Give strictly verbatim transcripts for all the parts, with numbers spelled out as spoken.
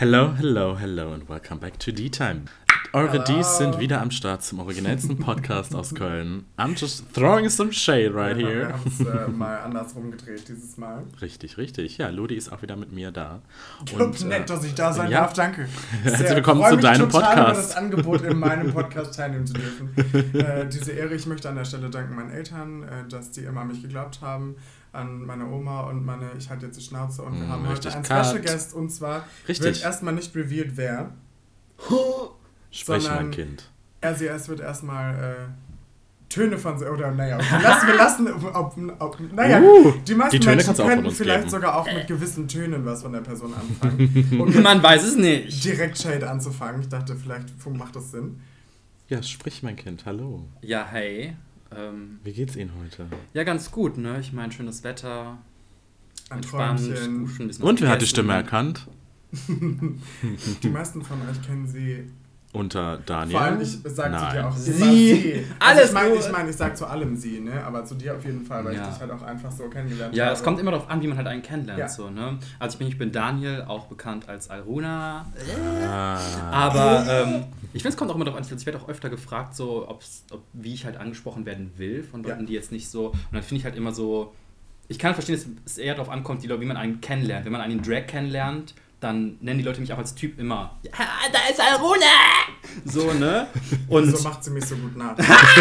Hello, hello, hello and welcome back to D-Time. Eure Hello. Ds sind wieder am Start zum originellsten Podcast aus Köln. I'm just throwing some shade right ja, here. Wir haben es äh, mal andersrum gedreht dieses Mal. Richtig, richtig. Ja, Ludi ist auch wieder mit mir da. Und, nett, dass ich da sein ja. darf, danke. Herzlich Sehr, willkommen freu zu mich deinem total Podcast. über das Angebot, in meinem Podcast teilnehmen zu dürfen. äh, diese Ehre, ich möchte an der Stelle danken meinen Eltern, äh, dass die immer an mich geglaubt haben, an meine Oma und meine, ich halte jetzt die Schnauze und wir Mm, haben heute richtig einen cut. Special Guest und zwar Richtig. wird erstmal nicht revealed, wer. Sprich, sondern mein Kind. R C S wird erstmal äh, Töne von, oder naja, okay, lassen wir lassen, ob, ob, ob, naja, Uh, die meisten die Töne Menschen kannst du auch von könnten uns vielleicht geben. sogar auch mit gewissen Tönen was von der Person anfangen. Um jetzt Man weiß es nicht. direkt Shade anzufangen. Ich dachte, vielleicht macht das Sinn. Ja, sprich, mein Kind. Hallo. Ja, hey. Ähm, Wie geht's Ihnen heute? ja, ganz gut, ne? Ich meine, schönes Wetter. Ein Entspannt, Träumchen. duschen, ein bisschen Und was wer hat die gegessen. Stimme erkannt? Die meisten von euch kennen sie. Unter Daniel? Vor allem, ich sag zu dir auch Sie. immer sie. Also Alles ich meine, nur- ich, mein, ich sag zu allem sie, ne? Aber zu dir auf jeden Fall, weil Ja. ich dich halt auch einfach so kennengelernt Ja, habe. es kommt immer darauf an, wie man halt einen kennenlernt. Ja. So, ne? Also ich bin, ich bin Daniel, auch bekannt als Alruna. Ah. Aber ähm, ich finde, es kommt auch immer darauf an. Ich werde auch öfter gefragt, so, ob's, ob, wie ich halt angesprochen werden will von Leuten, Ja. die jetzt nicht so. Und dann finde ich halt immer so. Ich kann verstehen, dass es eher darauf ankommt, die Leute, wie man einen kennenlernt. Wenn man einen Drag kennenlernt, dann nennen die Leute mich auch als Typ immer. Ja, da ist Alruna! So, ne? Und, So macht sie mich so gut nach.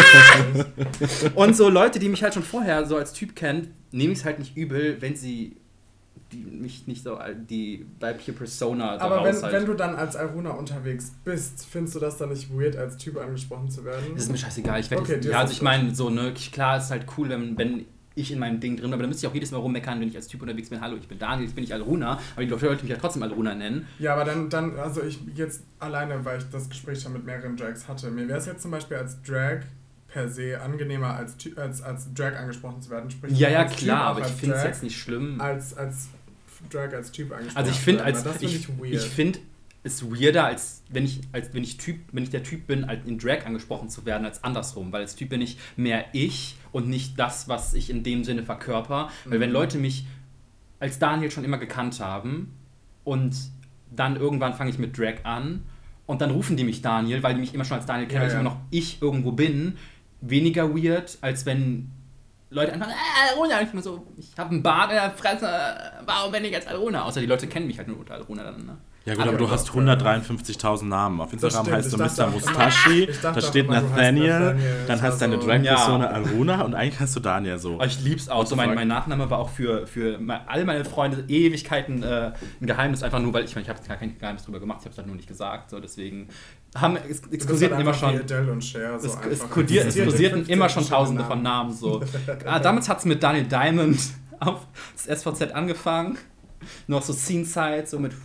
und so Leute, die mich halt schon vorher so als Typ kennen, nehme ich es halt nicht übel, wenn sie die, mich nicht so als die weibliche Persona Aber daraus wenn, halt. wenn du dann als Aruna unterwegs bist, findest du das dann nicht weird, als Typ angesprochen zu werden? Das ist mir scheißegal. Ich werd Okay, jetzt, dir ja, ist also das ich meine, so, ne, klar, ist halt cool, wenn, wenn ich in meinem Ding drin bin, aber dann müsste ich auch jedes Mal rummeckern, wenn ich als Typ unterwegs bin. Hallo, ich bin Daniel, jetzt bin ich Alruna, aber die Leute wollten mich ja trotzdem Alruna nennen. Ja, aber dann, dann, also ich jetzt alleine, weil ich das Gespräch schon mit mehreren Drags hatte, mir wäre es jetzt zum Beispiel als Drag per se angenehmer, als, Ty- als, als Drag angesprochen zu werden. Sprich, Ja, ja, als Typ klar, auch aber ich als finde es Drag, jetzt nicht schlimm. Als, als Drag, als Typ angesprochen Also ich zu finde werden, als weil das find ich, weird. ich finde es weirder, als wenn ich als wenn ich Typ, wenn ich der Typ bin, als in Drag angesprochen zu werden, als andersrum, weil als Typ bin ich mehr ich und nicht das, was ich in dem Sinne verkörper. Weil wenn Mhm. Leute mich als Daniel schon immer gekannt haben und dann irgendwann fange ich mit Drag an und dann rufen die mich Daniel, weil die mich immer schon als Daniel kennen, Ja, weil ich ja. immer noch ich irgendwo bin, weniger weird, als wenn Leute einfach, äh, Alruna, ich bin so, ich habe einen Bart in der Fresse, warum bin ich jetzt Alruna? Außer die Leute kennen mich halt nur unter Alruna dann, ne? Ja gut, Ah, aber du ja, hast das- hundertdreiundfünfzigtausend Namen. Auf Instagram stimmt, heißt ich du dachte Mister auch immer- Mustachi, ich dachte da auch steht immer, du heißt Nathaniel, Nathaniel. dann Das heißt war deine so- Drag-Persona Ja. Alruna und eigentlich heißt du Daniel so. Aber ich lieb's auch. So mein, mein Nachname war auch für, für me- alle meine Freunde Ewigkeiten äh, ein Geheimnis, einfach nur, weil ich meine, ich habe gar kein Geheimnis drüber gemacht, ich habe es halt nur nicht gesagt. So, deswegen haben es, Du es bist kursierten halt immer einfach wie schon. Adele und Cher, so Es, einfach. es, kodier, es Existiert in kursierten fünfzehn immer schon verschiedenen tausende von Namen. So. ah, damals hat es mit Daniel Diamond auf das S V Z angefangen. Noch so Scene-Side, so mit.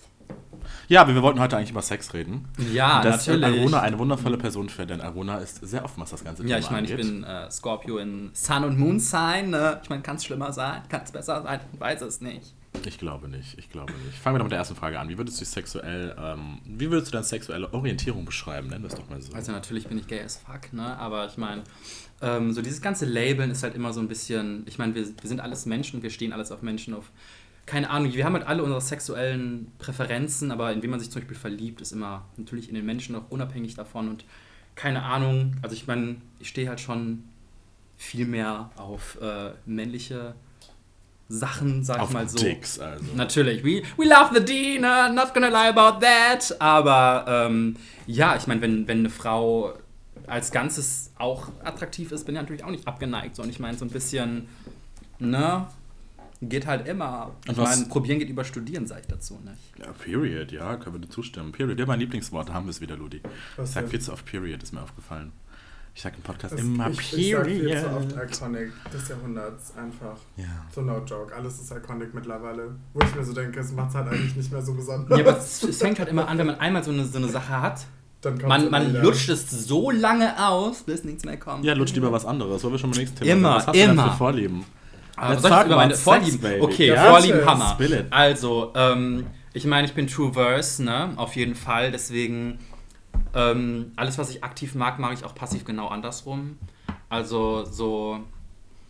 Ja, aber wir wollten heute eigentlich über Sex reden. Ja, Und dass natürlich. Aruna eine wundervolle Person für, denn Aruna ist sehr offen, was das ganze Thema Ja, ich meine, ich angeht. bin äh, Scorpio in Sun und Moon Sign. Ne? Ich meine, kann es schlimmer sein? Kann es besser sein? Ich weiß es nicht. Ich glaube nicht, ich glaube nicht. Fangen wir doch mit der ersten Frage an. Wie würdest du dich sexuell, ähm, wie würdest du deine sexuelle Orientierung beschreiben? Nenn das doch mal so. Also natürlich bin ich gay as fuck, ne? Aber ich meine, ähm, so dieses ganze Labeln ist halt immer so ein bisschen, ich meine, wir, wir sind alles Menschen, wir stehen alles auf Menschen, auf, keine Ahnung, wir haben halt alle unsere sexuellen Präferenzen, aber in wen man sich zum Beispiel verliebt, ist immer natürlich in den Menschen auch unabhängig davon und keine Ahnung, also ich meine, ich stehe halt schon viel mehr auf äh, männliche Sachen, sag Auf ich mal so. Dicks, also. Natürlich, we, we love the D, ne? Not gonna lie about that. Aber ähm, ja, ich meine, wenn, wenn eine Frau als Ganzes auch attraktiv ist, bin ich natürlich auch nicht abgeneigt. So. Und ich meine, so ein bisschen, ne, geht halt immer. Und Ich was- meine, probieren geht über studieren, sag ich dazu, nicht? Ja, Period, ja, können wir dir zustimmen. Period, ja, mein Lieblingswort, da haben wir es wieder, Ludi. Was Ich sag denn? viel zu oft Period, ist mir aufgefallen. Ich sag im Podcast Das- immer ich, ich sag viel Period. zu oft Iconic des Jahrhunderts, einfach. Ja. So no joke, alles ist iconic mittlerweile. Wo ich mir so denke, es macht halt eigentlich nicht mehr so besonders. Ja, aber es, es fängt halt immer an, wenn man einmal so eine, so eine Sache hat. Dann kommt's Man, immer man wieder. lutscht es so lange aus, bis nichts mehr kommt. Ja, lutsch lieber was anderes, wollen wir schon beim nächsten Thema Immer, sein. Was hast du denn immer. für Vorlieben? Aber Let's soll ich talk über meine about Vorlieben? sex, baby. Okay, Ja, Vorlieben, bitte. Hammer. Spill it. Also, ähm, ich meine, ich bin True-Verse, ne? Auf jeden Fall. Deswegen, ähm, alles, was ich aktiv mag, mache ich auch passiv genau andersrum. Also, so,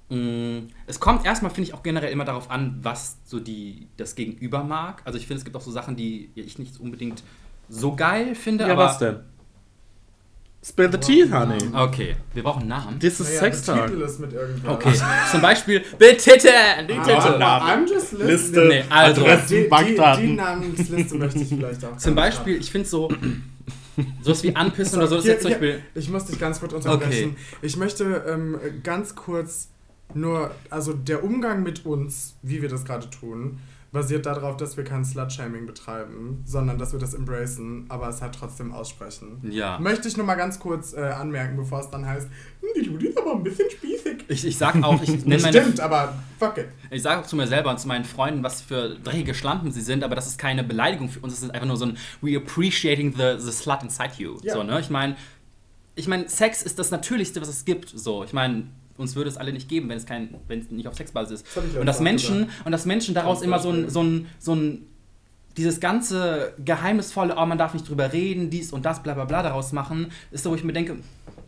Es kommt erstmal, finde ich, auch generell immer darauf an, was so die, das Gegenüber mag. Also ich finde, es gibt auch so Sachen, die ich nicht unbedingt so geil finde. Ja, aber was denn? Spill the tea, honey. Okay, wir brauchen einen Namen. Das ist Naja, Sextag. betitel es mit irgendwas. Okay, zum Beispiel Betitte! Die Ah, Titte! I'm just listening. Liste, Nee, also- Adressen, Die, die, Bankdaten. die Namensliste möchte ich vielleicht auch. Zum ganz Beispiel, ich finde so, sowas wie Anpissen oder so, das ist Hier, jetzt zum hier, Beispiel... ich muss dich ganz kurz unterbrechen. Ich möchte ähm, ganz kurz nur, also der Umgang mit uns, wie wir das gerade tun, basiert darauf, dass wir kein Slut-Shaming betreiben, sondern dass wir das embracen, aber es halt trotzdem aussprechen. Ja. Möchte ich nur mal ganz kurz äh, anmerken, bevor es dann heißt, hm, die Ludi ist aber ein bisschen spießig. Ich, ich sag auch, ich nenne meine... Stimmt, aber fuck it. Ich sage auch zu mir selber und zu meinen Freunden, was für dreckige Schlampen sie sind, aber das ist keine Beleidigung für uns, es ist einfach nur so ein we appreciating the, the slut inside you. Ja. So, ne? Ich meine, ich mein, Sex ist das Natürlichste, was es gibt. So, ich meine, uns würde es alle nicht geben, wenn es kein, wenn es nicht auf Sexbasis ist. Das hab ich Und dass letztens auch Menschen gesagt. und dass Menschen daraus Ganz immer so ein, Beispiel. so ein, so ein dieses ganze geheimnisvolle, oh, man darf nicht drüber reden, dies und das, bla bla bla daraus machen, ist so, wo ich mir denke,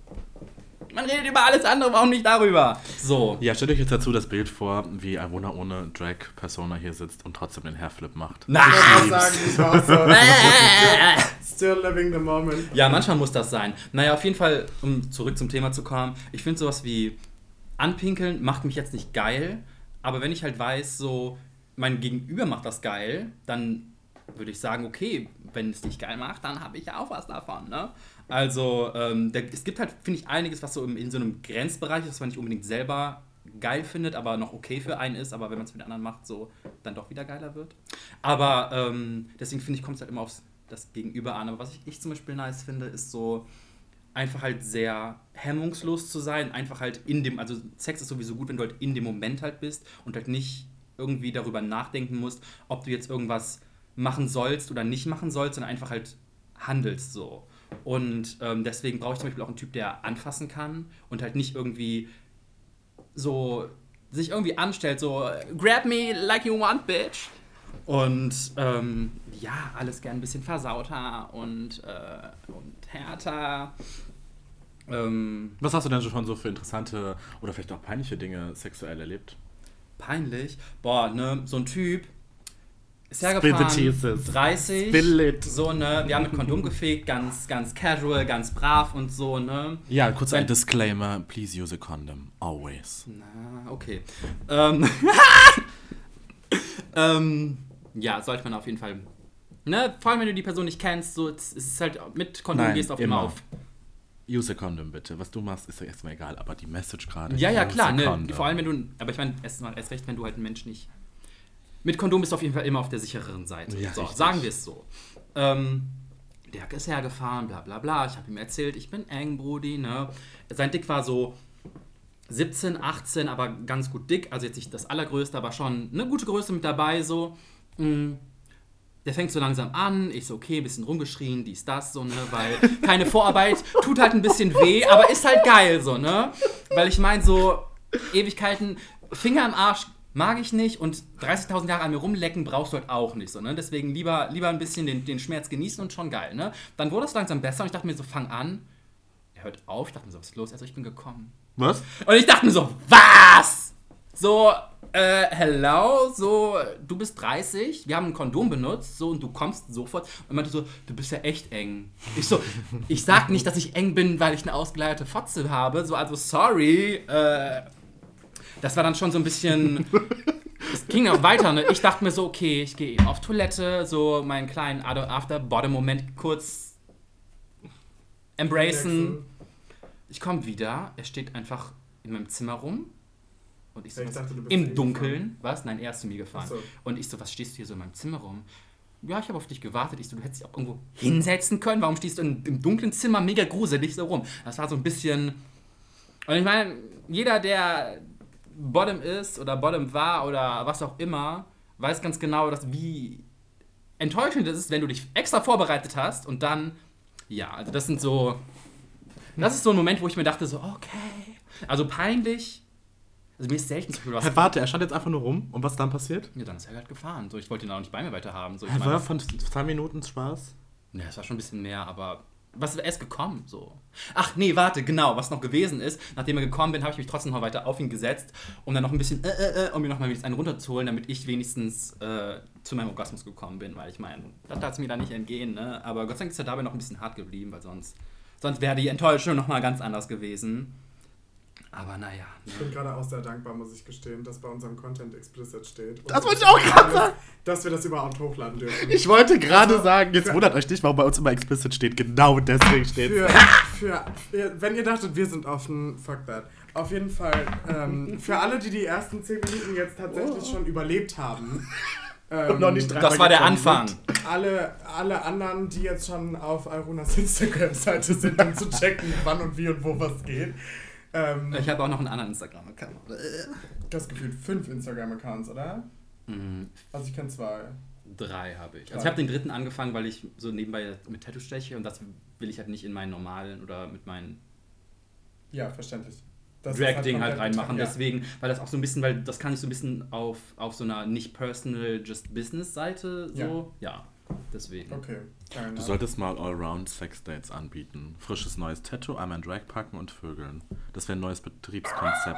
man redet über alles andere, warum nicht darüber? So. Ja, stellt euch jetzt dazu das Bild vor, wie ein Wunder ohne Drag-Persona hier sitzt und trotzdem den Hairflip macht. Na. Ich muss auch sagen, ich war auch so still, still living the moment. Ja, manchmal muss das sein. Naja, auf jeden Fall, um zurück zum Thema zu kommen, ich finde sowas wie Anpinkeln macht mich jetzt nicht geil, aber wenn ich halt weiß, so, mein Gegenüber macht das geil, dann würde ich sagen, okay, wenn es dich geil macht, dann habe ich ja auch was davon, ne? Also, ähm, der, es gibt halt, finde ich, einiges, was so im, in so einem Grenzbereich ist, was man nicht unbedingt selber geil findet, aber noch okay für einen ist, aber wenn man es mit anderen macht, so, dann doch wieder geiler wird. Aber ähm, deswegen finde ich, kommt es halt immer aufs das Gegenüber an. Aber was ich, ich zum Beispiel nice finde, ist so, einfach halt sehr hemmungslos zu sein, einfach halt in dem, also Sex ist sowieso gut, wenn du halt in dem Moment halt bist und halt nicht irgendwie darüber nachdenken musst, ob du jetzt irgendwas machen sollst oder nicht machen sollst, sondern einfach halt handelst so. Und ähm, deswegen brauche ich zum Beispiel auch einen Typ, der anfassen kann und halt nicht irgendwie so sich irgendwie anstellt, so grab me like you want, bitch. Und ähm, ja, alles gern ein bisschen versauter und, äh, und härter. Ähm, Was hast du denn schon so für interessante oder vielleicht auch peinliche Dinge sexuell erlebt? peinlich. Boah, ne, so ein Typ ist Spill the hergefahren, tea, sis. dreißig, Spill it. so, ne, wir haben mit Kondom gefegt, ganz, ganz casual, ganz brav und so, ne. Ja, kurz ein Wenn- Disclaimer. Please use a condom. Always. Na, okay. Ähm, ähm, ja, sollte man auf jeden Fall. Ne, vor allem, wenn du die Person nicht kennst, so, es ist halt mit Kondom Nein, gehst du auf immer. immer auf. Use a condom, bitte. Was du machst, ist ja erstmal egal, aber die Message gerade. Ja, ja, use klar, a ne, condom. vor allem, wenn du, aber ich meine, erst mal erst recht, wenn du halt einen Mensch nicht. Mit Kondom bist du auf jeden Fall immer auf der sichereren Seite. Ja, so, richtig. sagen wir es so. Ähm, der ist hergefahren, bla bla bla. Ich habe ihm erzählt, ich bin eng, Brudi, ne. Sein Dick war so siebzehn, achtzehn, aber ganz gut dick. Also jetzt nicht das allergrößte, aber schon eine gute Größe mit dabei, so. Mm. Der fängt so langsam an, ich so, okay, bisschen rumgeschrien, dies, das, so, ne, weil keine Vorarbeit, tut halt ein bisschen weh, aber ist halt geil, so, ne. Weil ich meine, so Ewigkeiten, Finger im Arsch mag ich nicht und dreißigtausend Jahre an mir rumlecken brauchst du halt auch nicht, so, ne. Deswegen lieber, lieber ein bisschen den, den Schmerz genießen und schon geil, ne. Dann wurde es langsam besser und ich dachte mir so, fang an. Er hört auf, ich dachte mir so, was ist los? Also ich bin gekommen. Was? Und ich dachte mir so, was? So, äh, hello, so, du bist dreißig, wir haben ein Kondom benutzt, so, und du kommst sofort. Und er meinte so, du bist ja echt eng. Ich so, ich sag nicht, dass ich eng bin, weil ich eine ausgeleierte Fotze habe, so, also sorry, äh, das war dann schon so ein bisschen, es ging auch weiter, ne? Ich dachte mir so, okay, ich gehe auf Toilette, so meinen kleinen After-Bottom-Moment kurz embracen. Ich komme wieder, er steht einfach in meinem Zimmer rum. Und ich so, Ich was, dachte, du bist im zu ihm Dunkeln, was? Nein, er ist zu mir gefahren. Ach so. Und ich so, was stehst du hier so in meinem Zimmer rum? Ja, ich habe auf dich gewartet. Ich so, du hättest dich auch irgendwo hinsetzen können. Warum stehst du in, im dunklen Zimmer mega gruselig so rum? Das war so ein bisschen... Und ich meine, jeder, der Bottom ist oder Bottom war oder was auch immer, weiß ganz genau, dass wie enttäuschend es ist, wenn du dich extra vorbereitet hast und dann... Ja, also das sind so... Das ist so ein Moment, wo ich mir dachte so, okay. Also peinlich... Also mir ist selten so viel was... Hey, warte, er stand jetzt einfach nur rum. Und was dann passiert? Ja, dann ist er halt gefahren. So, ich wollte ihn auch nicht bei mir weiter haben. So, ich Er meine, war von zwei Minuten Spaß. ja, es war schon ein bisschen mehr, aber Was er ist gekommen, so. Ach, nee, warte, genau, was noch gewesen ist, nachdem er gekommen bin, habe ich mich trotzdem noch weiter auf ihn gesetzt, um dann noch ein bisschen, äh, äh, äh, um mir noch mal wenigstens einen runterzuholen, damit ich wenigstens äh, zu meinem Orgasmus gekommen bin, weil ich meine, das darf es mir da nicht entgehen, ne? Aber Gott sei Dank ist er dabei noch ein bisschen hart geblieben, weil sonst, sonst wäre die Enttäuschung noch mal ganz anders gewesen. Aber naja. Ne? Ich bin gerade auch sehr dankbar, muss ich gestehen, dass bei unserem Content explicit steht. Und Das wollte ich auch gerade sagen. Dass wir das überhaupt hochladen dürfen. Ich wollte gerade also, sagen, jetzt wundert euch nicht, warum bei uns immer explicit steht. Genau deswegen steht für, für, wenn ihr dachtet, wir sind offen, fuck that. Auf jeden Fall, ähm, für alle, die die ersten zehn Minuten jetzt tatsächlich oh. schon überlebt haben. Ähm, noch nicht das war der Anfang. Alle, alle anderen, die jetzt schon auf Arunas Instagram-Seite sind, um zu checken, wann und wie und wo was geht. Ähm, ich habe auch noch einen anderen Instagram-Account. Du hast gefühlt fünf Instagram-Accounts, oder? Mhm. Also ich kenne zwei. Drei habe ich. Drei. Also ich habe den dritten angefangen, weil ich so nebenbei mit Tattoo steche und das will ich halt nicht in meinen normalen oder mit meinen ja, verständlich. Drag-Ding halt, halt reinmachen. Ja. Deswegen, weil das auch so ein bisschen, weil das kann ich so ein bisschen auf, auf so einer nicht personal, just business-Seite so, ja. ja. Deswegen. Okay. Du solltest mal Allround Sex-Dates anbieten. Frisches neues Tattoo, einmal in Drag packen und vögeln. Das wäre ein neues Betriebskonzept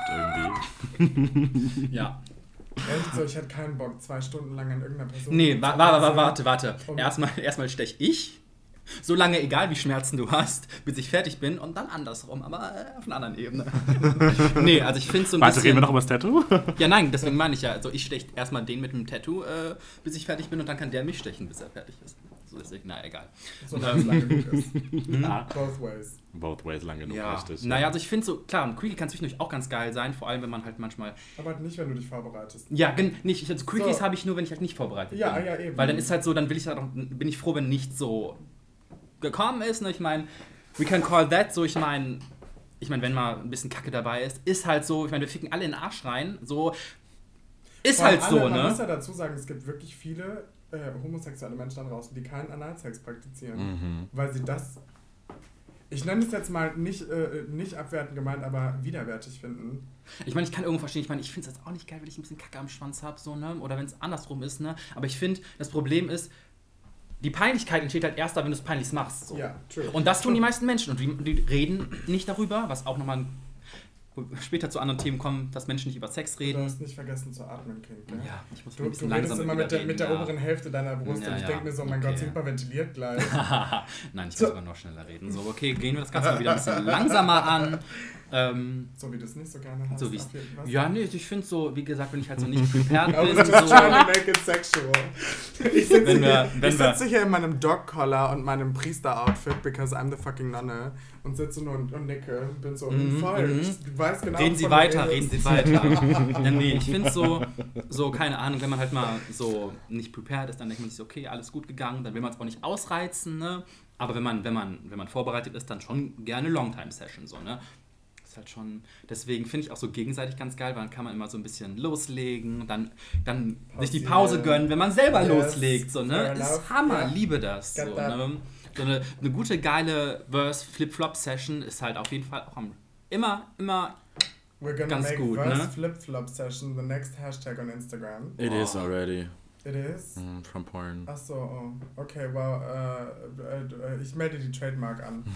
irgendwie. Ja. Echt so, ich hätte keinen Bock, zwei Stunden lang an irgendeiner Person... Nee, wa- wa- wa- warte, warte. Um erstmal, erstmal stech ich. So lange, egal wie Schmerzen du hast, bis ich fertig bin und dann andersrum, aber äh, auf einer anderen Ebene. Nee, also ich finde so ein Warte, bisschen... reden wir noch über das Tattoo? Ja, nein, deswegen meine ich ja. Also ich steche erstmal den mit dem Tattoo, äh, bis ich fertig bin und dann kann der mich stechen, bis er fertig ist. So deswegen, na egal. So lange es lang genug ist. Ja. Both ways. Both ways lang genug, ja. richtig. Naja, also ich finde so, klar, ein Quickie kann zwischendurch auch ganz geil sein, vor allem wenn man halt manchmal... Aber halt nicht, wenn du dich vorbereitest. Ja, gen- nicht. Also Quickies so. habe ich nur, wenn ich halt nicht vorbereitet ja, bin. Ja, eben. Weil dann ist halt so, dann will ich halt auch, bin ich froh, wenn nicht so gekommen ist. Ne? Ich meine, we can call that so, ich meine, ich meine, wenn mal ein bisschen Kacke dabei ist, ist halt so, ich meine, wir ficken alle in den Arsch rein, so, ist Vor halt alle, so, man ne? Man muss ja dazu sagen, es gibt wirklich viele äh, homosexuelle Menschen da draußen, die keinen Analsex praktizieren, mhm. weil sie das, ich nenne es jetzt mal nicht, äh, nicht abwertend gemeint, aber widerwärtig finden. Ich meine, ich kann irgendwo verstehen, ich meine, ich finde es jetzt auch nicht geil, wenn ich ein bisschen Kacke am Schwanz habe, so, ne? Oder wenn es andersrum ist, ne? Aber ich finde, das Problem ist, die Peinlichkeit entsteht halt erst da, wenn du es peinlich machst. So. Ja, true. Und das tun die meisten Menschen. Und die, die reden nicht darüber, was auch nochmal später zu anderen Themen kommen, dass Menschen nicht über Sex reden. Du hast nicht vergessen zu atmen, Kind. Gell? Ja, ich muss du, ein bisschen du redest langsam immer mit der, mit der ja. oberen Hälfte deiner Brust ja, und ich ja. denke mir so, mein okay. Gott, sie hyperventiliert gleich. Nein, ich so. muss sogar noch schneller reden. So, okay, gehen wir das Ganze mal wieder ein bisschen langsamer an. Ähm, so wie du es nicht so gerne hast. So ja, nee, ich finde so, wie gesagt, wenn ich halt so nicht prepared bin. I was just so, trying to make it sexual. Ich sitze wenn hier, wir, wenn ich sitze hier in meinem Dog-Collar und meinem Priester-Outfit, because I'm the fucking Nonne, und sitze nur und, und nicke und bin so mhm, voll. Mhm. Ich weiß genau, reden Sie weiter, reden Sie weiter. Ja, nee, ich finde so, so, keine Ahnung, wenn man halt mal so nicht prepared ist, dann denkt man sich so, okay, alles gut gegangen, dann will man es auch nicht ausreizen, ne? Aber wenn man, wenn man, wenn man vorbereitet ist, dann schon gerne Longtime-Session, so, ne? Halt schon, deswegen finde ich auch so gegenseitig ganz geil, weil dann kann man immer so ein bisschen loslegen, dann, dann sich die Pause gönnen, wenn man selber yes, loslegt, so, ne? Ist Hammer, ja. Liebe das. So, ne? So eine, eine gute, geile Verse-Flip-Flop-Session ist halt auf jeden Fall auch am, immer, immer We're gonna ganz make gut, Verse ne? Flip-Flop-Session the next hashtag on Instagram. It oh. is already. It is? Mm, from porn. Achso, oh. Okay, well, äh, äh, ich melde die Trademark an.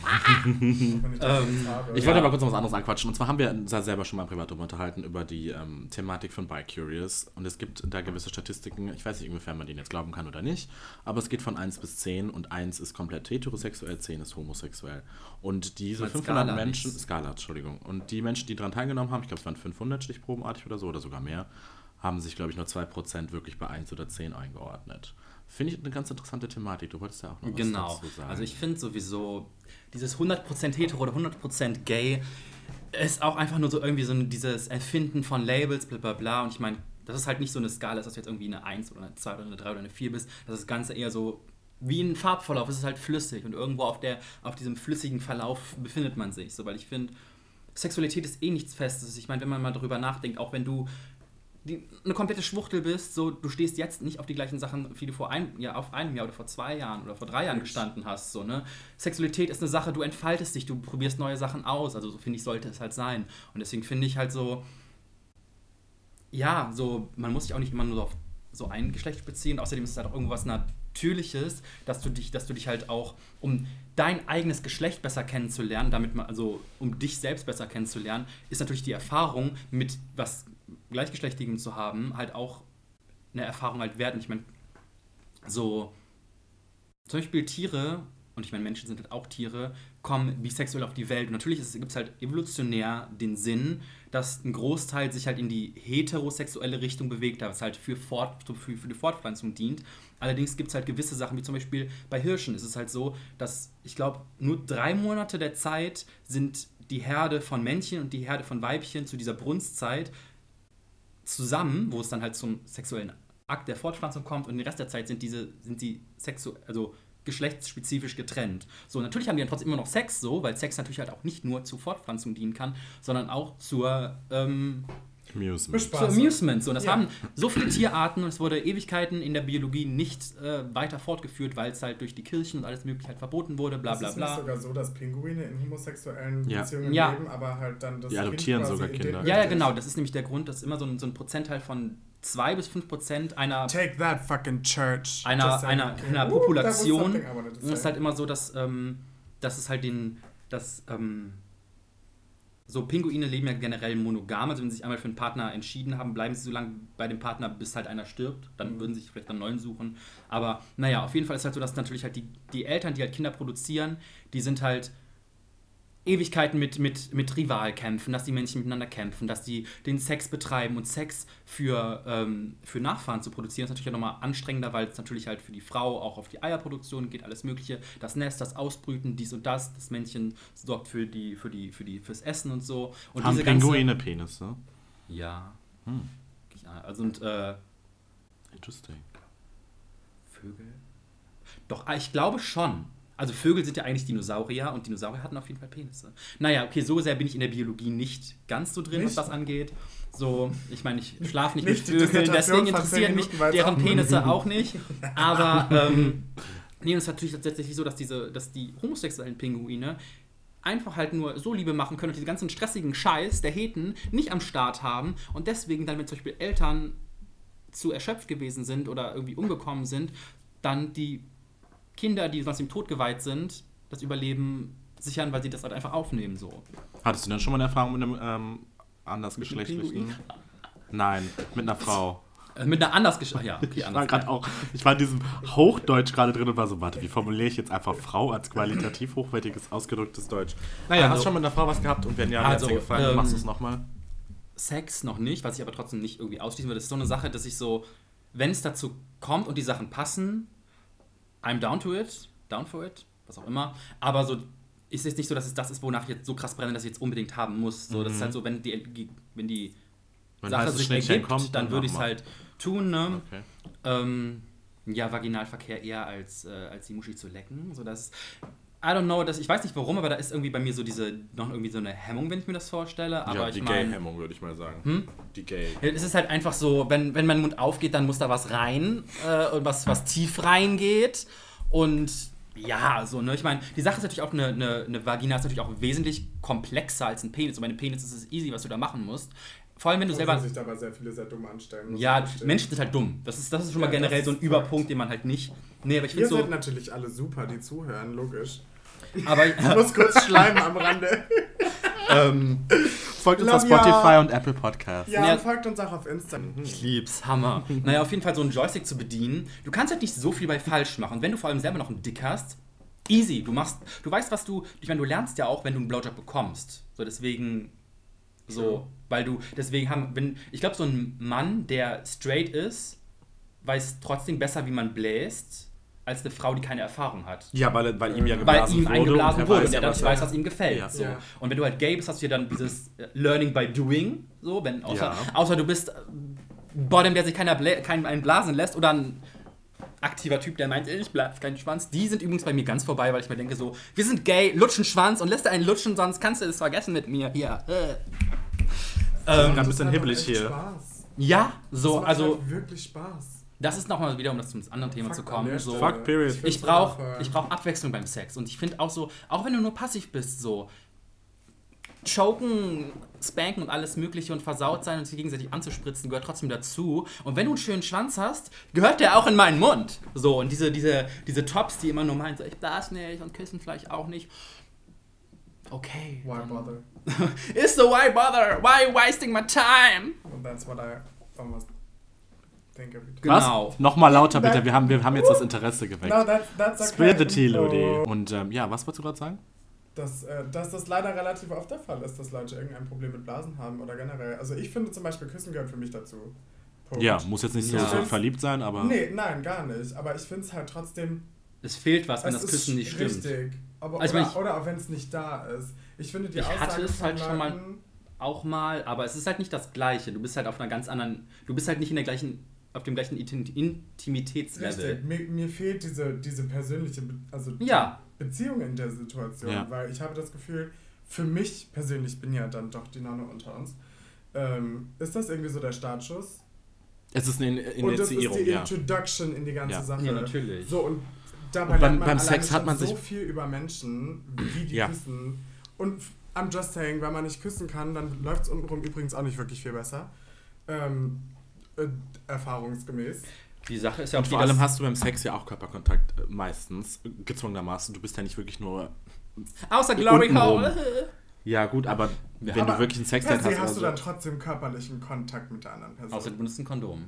Wenn ich das ähm, habe. Ich wollte ja. aber kurz noch was anderes anquatschen. Und zwar haben wir uns ja selber schon mal privat darüber unterhalten, über die ähm, Thematik von Bi-Curious. Und es gibt da gewisse Statistiken, ich weiß nicht, inwiefern man denen jetzt glauben kann oder nicht, aber es geht von eins bis zehn und eins ist komplett heterosexuell, zehn ist homosexuell. Und diese Mit fünfhundert Skala Menschen, nicht. Skala, Entschuldigung, und die Menschen, die daran teilgenommen haben, ich glaube, es waren fünfhundert stichprobenartig oder so, oder sogar mehr, haben sich, glaube ich, nur zwei Prozent wirklich bei eins oder zehn eingeordnet. Finde ich eine ganz interessante Thematik. Du wolltest ja auch noch was genau. dazu sagen. Also ich finde sowieso, dieses hundert Prozent hetero oder hundert Prozent gay ist auch einfach nur so irgendwie so dieses Erfinden von Labels, bla bla bla. Und ich meine, das ist halt nicht so eine Skala, dass du jetzt irgendwie eine eins oder eine zwei oder eine drei oder eine vier bist. Das ist das Ganze eher so wie ein Farbverlauf. Es ist halt flüssig und irgendwo auf, der, auf diesem flüssigen Verlauf befindet man sich. So, weil ich finde, Sexualität ist eh nichts Festes. Ich meine, wenn man mal drüber nachdenkt, auch wenn du die, eine komplette Schwuchtel bist, so, du stehst jetzt nicht auf die gleichen Sachen, wie du vor einem, ja, auf einem Jahr oder vor zwei Jahren oder vor drei Jahren gestanden hast. So, ne? Sexualität ist eine Sache, du entfaltest dich, du probierst neue Sachen aus. Also so finde ich, sollte es halt sein. Und deswegen finde ich halt so, ja, so, man muss sich auch nicht immer nur auf so ein Geschlecht beziehen. Außerdem ist es halt auch irgendwas Natürliches, dass du dich, dass du dich halt auch, um dein eigenes Geschlecht besser kennenzulernen, damit man, also um dich selbst besser kennenzulernen, ist natürlich die Erfahrung, mit was Gleichgeschlechtigem zu haben, halt auch eine Erfahrung halt wert. Und ich meine, so zum Beispiel Tiere, und ich meine, Menschen sind halt auch Tiere, kommen bisexuell auf die Welt. Und natürlich gibt es halt evolutionär den Sinn, dass ein Großteil sich halt in die heterosexuelle Richtung bewegt, was halt für, Fort, für, für die Fortpflanzung dient. Allerdings gibt es halt gewisse Sachen, wie zum Beispiel bei Hirschen ist es halt so, dass ich glaube, nur drei Monate der Zeit sind die Herde von Männchen und die Herde von Weibchen zu dieser Brunstzeit zusammen, wo es dann halt zum sexuellen Akt der Fortpflanzung kommt, und den Rest der Zeit sind diese, sind die sexu- also geschlechtsspezifisch getrennt. So, natürlich haben die dann trotzdem immer noch Sex, so, weil Sex natürlich halt auch nicht nur zur Fortpflanzung dienen kann, sondern auch zur ähm, Amusement. Zur Amusement. So. Und das ja. haben so viele Tierarten, und es wurde Ewigkeiten in der Biologie nicht äh, weiter fortgeführt, weil es halt durch die Kirchen und alles mögliche halt verboten wurde, bla bla bla. Es ist nicht sogar so, dass Pinguine in homosexuellen ja. Beziehungen ja. leben, aber halt dann das Die adoptieren Kind sogar Kinder. Ja, ja, genau. Das ist nämlich der Grund, dass immer so ein, so ein Prozentteil von zwei bis fünf Prozent einer Take that fucking church. einer, einer, einer Ooh, Population. that was something I wanted to Und es ist say. halt immer so, dass, ähm, dass es halt den, dass, ähm, so Pinguine leben ja generell monogam, also wenn sie sich einmal für einen Partner entschieden haben, bleiben sie so lange bei dem Partner, bis halt einer stirbt. Dann Mhm. würden sie sich vielleicht einen neuen suchen. Aber naja, auf jeden Fall ist halt so, dass natürlich halt die, die Eltern, die halt Kinder produzieren, die sind halt Ewigkeiten mit, mit, mit Rivalkämpfen, dass die Männchen miteinander kämpfen, dass die den Sex betreiben, und Sex für, ähm, für Nachfahren zu produzieren ist natürlich auch nochmal anstrengender, weil es natürlich halt für die Frau auch auf die Eierproduktion geht, alles Mögliche, das Nest, das Ausbrüten, dies und das, das Männchen sorgt für die, für die, für die, fürs Essen und so. Und haben diese Pinguine Penisse? Ne? Ja. Hm. Ja, also und äh, Interesting. Vögel? Doch, ah, ich glaube schon. Also Vögel sind ja eigentlich Dinosaurier, und Dinosaurier hatten auf jeden Fall Penisse. Naja, okay, so sehr bin ich in der Biologie nicht ganz so drin, Nicht? was das angeht. So, ich meine, ich schlafe nicht, Nicht die mit Vögeln, Dissertation deswegen von zehn interessieren mich Minuten weiter. deren Penisse auch nicht. Aber ähm, nee, es ist natürlich tatsächlich so, dass diese, dass die homosexuellen Pinguine einfach halt nur so Liebe machen können und diesen ganzen stressigen Scheiß der Heten nicht am Start haben, und deswegen dann, wenn zum Beispiel Eltern zu erschöpft gewesen sind oder irgendwie umgekommen sind, dann die Kinder, die sonst dem Tod geweiht sind, das Überleben sichern, weil sie das halt einfach aufnehmen. So. Hattest du denn schon mal eine Erfahrung mit einem ähm, andersgeschlechtlichen? Nein, mit einer Frau. Äh, mit einer andersgeschlechtlichen. Ja, okay, Ich war anders. gerade auch, ich war in diesem Hochdeutsch gerade drin und war so, warte, wie formuliere ich jetzt einfach Frau als qualitativ hochwertiges, ausgedrücktes Deutsch? Naja, Also, hast du schon mit einer Frau was gehabt, und wenn ja, also, hat dir gefallen, ähm, machst du es nochmal? Sex noch nicht, was ich aber trotzdem nicht irgendwie ausschließen würde. Das ist so eine Sache, dass ich so, wenn es dazu kommt und die Sachen passen, I'm down to it, down for it, was auch immer. Aber so ist es nicht so, dass es das ist, wonach ich jetzt so krass brenne, dass ich jetzt unbedingt haben muss. So, mhm. Das ist halt so, wenn die, wenn die wenn Sache sich ergibt, kommt, dann, dann würde ich es halt tun. Ne? Okay. Ähm, ja, Vaginalverkehr eher als, äh, als die Muschi zu lecken. So, das, I don't know, das, ich weiß nicht warum, aber da ist irgendwie bei mir so diese, noch irgendwie so eine Hemmung, wenn ich mir das vorstelle. Aber ja, ich die mein, Gay-Hemmung, würde ich mal sagen. Hm? Die Gay. Es ist halt einfach so, wenn, wenn mein Mund aufgeht, dann muss da was rein, äh, und was, was tief reingeht. Und ja, so, ne, ich meine, die Sache ist natürlich auch, eine, eine, eine Vagina ist natürlich auch wesentlich komplexer als ein Penis. Und bei einem Penis ist es easy, was du da machen musst. Vor allem, wenn du Und selber... sich dabei sehr viele sehr dumm anstellen. Ja, Menschen sind halt dumm. Das ist, das ist schon mal Ja, generell das so ein ist Überpunkt, Fakt. den man halt nicht... Nee, aber ich Ihr finde so... seid natürlich alle super, die zuhören, logisch. Aber Ich muss kurz schleimen am Rande. ähm, Folgt uns Love auf Spotify ya. und Apple Podcasts. Ja, Ja. und folgt uns auch auf Insta. ich lieb's, Hammer. Naja, auf jeden Fall so einen Joystick zu bedienen. Du kannst halt nicht so viel bei falsch machen. Und wenn du vor allem selber noch einen Dick hast, easy. Du machst... Du weißt, was du... Ich meine, du lernst ja auch, wenn du einen Blowjob bekommst. So, deswegen... So, True. weil du... Deswegen haben... wenn Ich glaube, so ein Mann, der straight ist, weiß trotzdem besser, wie man bläst, als eine Frau, die keine Erfahrung hat. Ja, weil, weil ihm ja Weil geblasen ihm wurde. eingeblasen und er wurde weiß und er ja, dann was weiß, er- was ihm gefällt. Ja. So. Ja. Und wenn du halt gay bist, hast du ja dann dieses äh, Learning by Doing. So, wenn, außer, Ja. außer du bist äh, Bottom, der sich keiner blä- keinen einen blasen lässt, oder ein aktiver Typ, der meint, ich bleib keinen Schwanz. Die sind übrigens bei mir ganz vorbei, weil ich mir denke so, wir sind gay, lutschen Schwanz und lässt du einen lutschen, sonst kannst du es vergessen mit mir. Hier. Äh. Ähm, Das ein bisschen macht hibbelig echt hier. Spaß. Ja, Das so, macht also halt wirklich Spaß. das ist nochmal wieder, um das zum anderen Thema Fuck zu an kommen. der So. Stelle. Fuck, period. find's Ich brauche wundervoll. ich brauch Abwechslung beim Sex. Und ich finde auch so, auch wenn du nur passiv bist, so, choken, spanken und alles mögliche und versaut sein und sich gegenseitig anzuspritzen, gehört trotzdem dazu. Und wenn du einen schönen Schwanz hast, gehört der auch in meinen Mund. So, und diese, diese, diese Tops, die immer nur meinen, so, ich blas nicht und küssen vielleicht auch nicht. Okay. Why bother? Is the why bother? Why wasting my time? And that's what I almost think every time. Genau. Was? Nochmal lauter bitte, wir haben, wir haben jetzt das Interesse geweckt. No, that's, that's okay. Spill the tea, Lodi. Und ähm, ja, was wolltest du gerade sagen? Dass, äh, dass das leider relativ oft der Fall ist, dass Leute irgendein Problem mit Blasen haben oder generell. Also ich finde zum Beispiel, Küssen gehört für mich dazu. Punkt. Ja, muss jetzt nicht so, Ja. so verliebt sein, aber... Nee, nein, gar nicht. Aber ich finde es halt trotzdem... Es fehlt was, wenn es das Küssen ist nicht stimmt. Richtig. Aber, Also oder, ich- oder auch wenn es nicht da ist. Ich finde die Ich Aussage hatte es von halt schon mal- Leuten- Auch mal, aber es ist halt nicht das Gleiche. Du bist halt auf einer ganz anderen, du bist halt nicht in der gleichen, auf dem gleichen Intim- Intimitätslevel. Richtig, mir, mir fehlt diese, diese persönliche Be also Ja. Beziehung in der Situation, Ja. weil ich habe das Gefühl, für mich persönlich, ich bin ja dann doch die Nonne unter uns, ähm, ist das irgendwie so der Startschuss? Es ist eine In- Und das ist Initiierung, die ja. Introduction in die ganze Ja. Sache. Ja, natürlich. So, und dabei Und beim- lernt man beim alleine Sex hat schon man so sich- viel über Menschen, wie die Ja. küssen. Und I'm just saying, wenn man nicht küssen kann, dann läuft es untenrum übrigens auch nicht wirklich viel besser. Ähm, äh, erfahrungsgemäß. Die Sache ist ja auch Und die, vor allem dass- hast du beim Sex ja auch Körperkontakt äh, meistens, äh, gezwungenermaßen. Du bist ja nicht wirklich nur... außer Glory untenrum. Hole. Ja gut, aber Wir wenn Aber du wirklich einen Sex per hast, se hast hast oder du dann so, trotzdem körperlichen Kontakt mit der anderen Person. Außer du benutzt ein Kondom.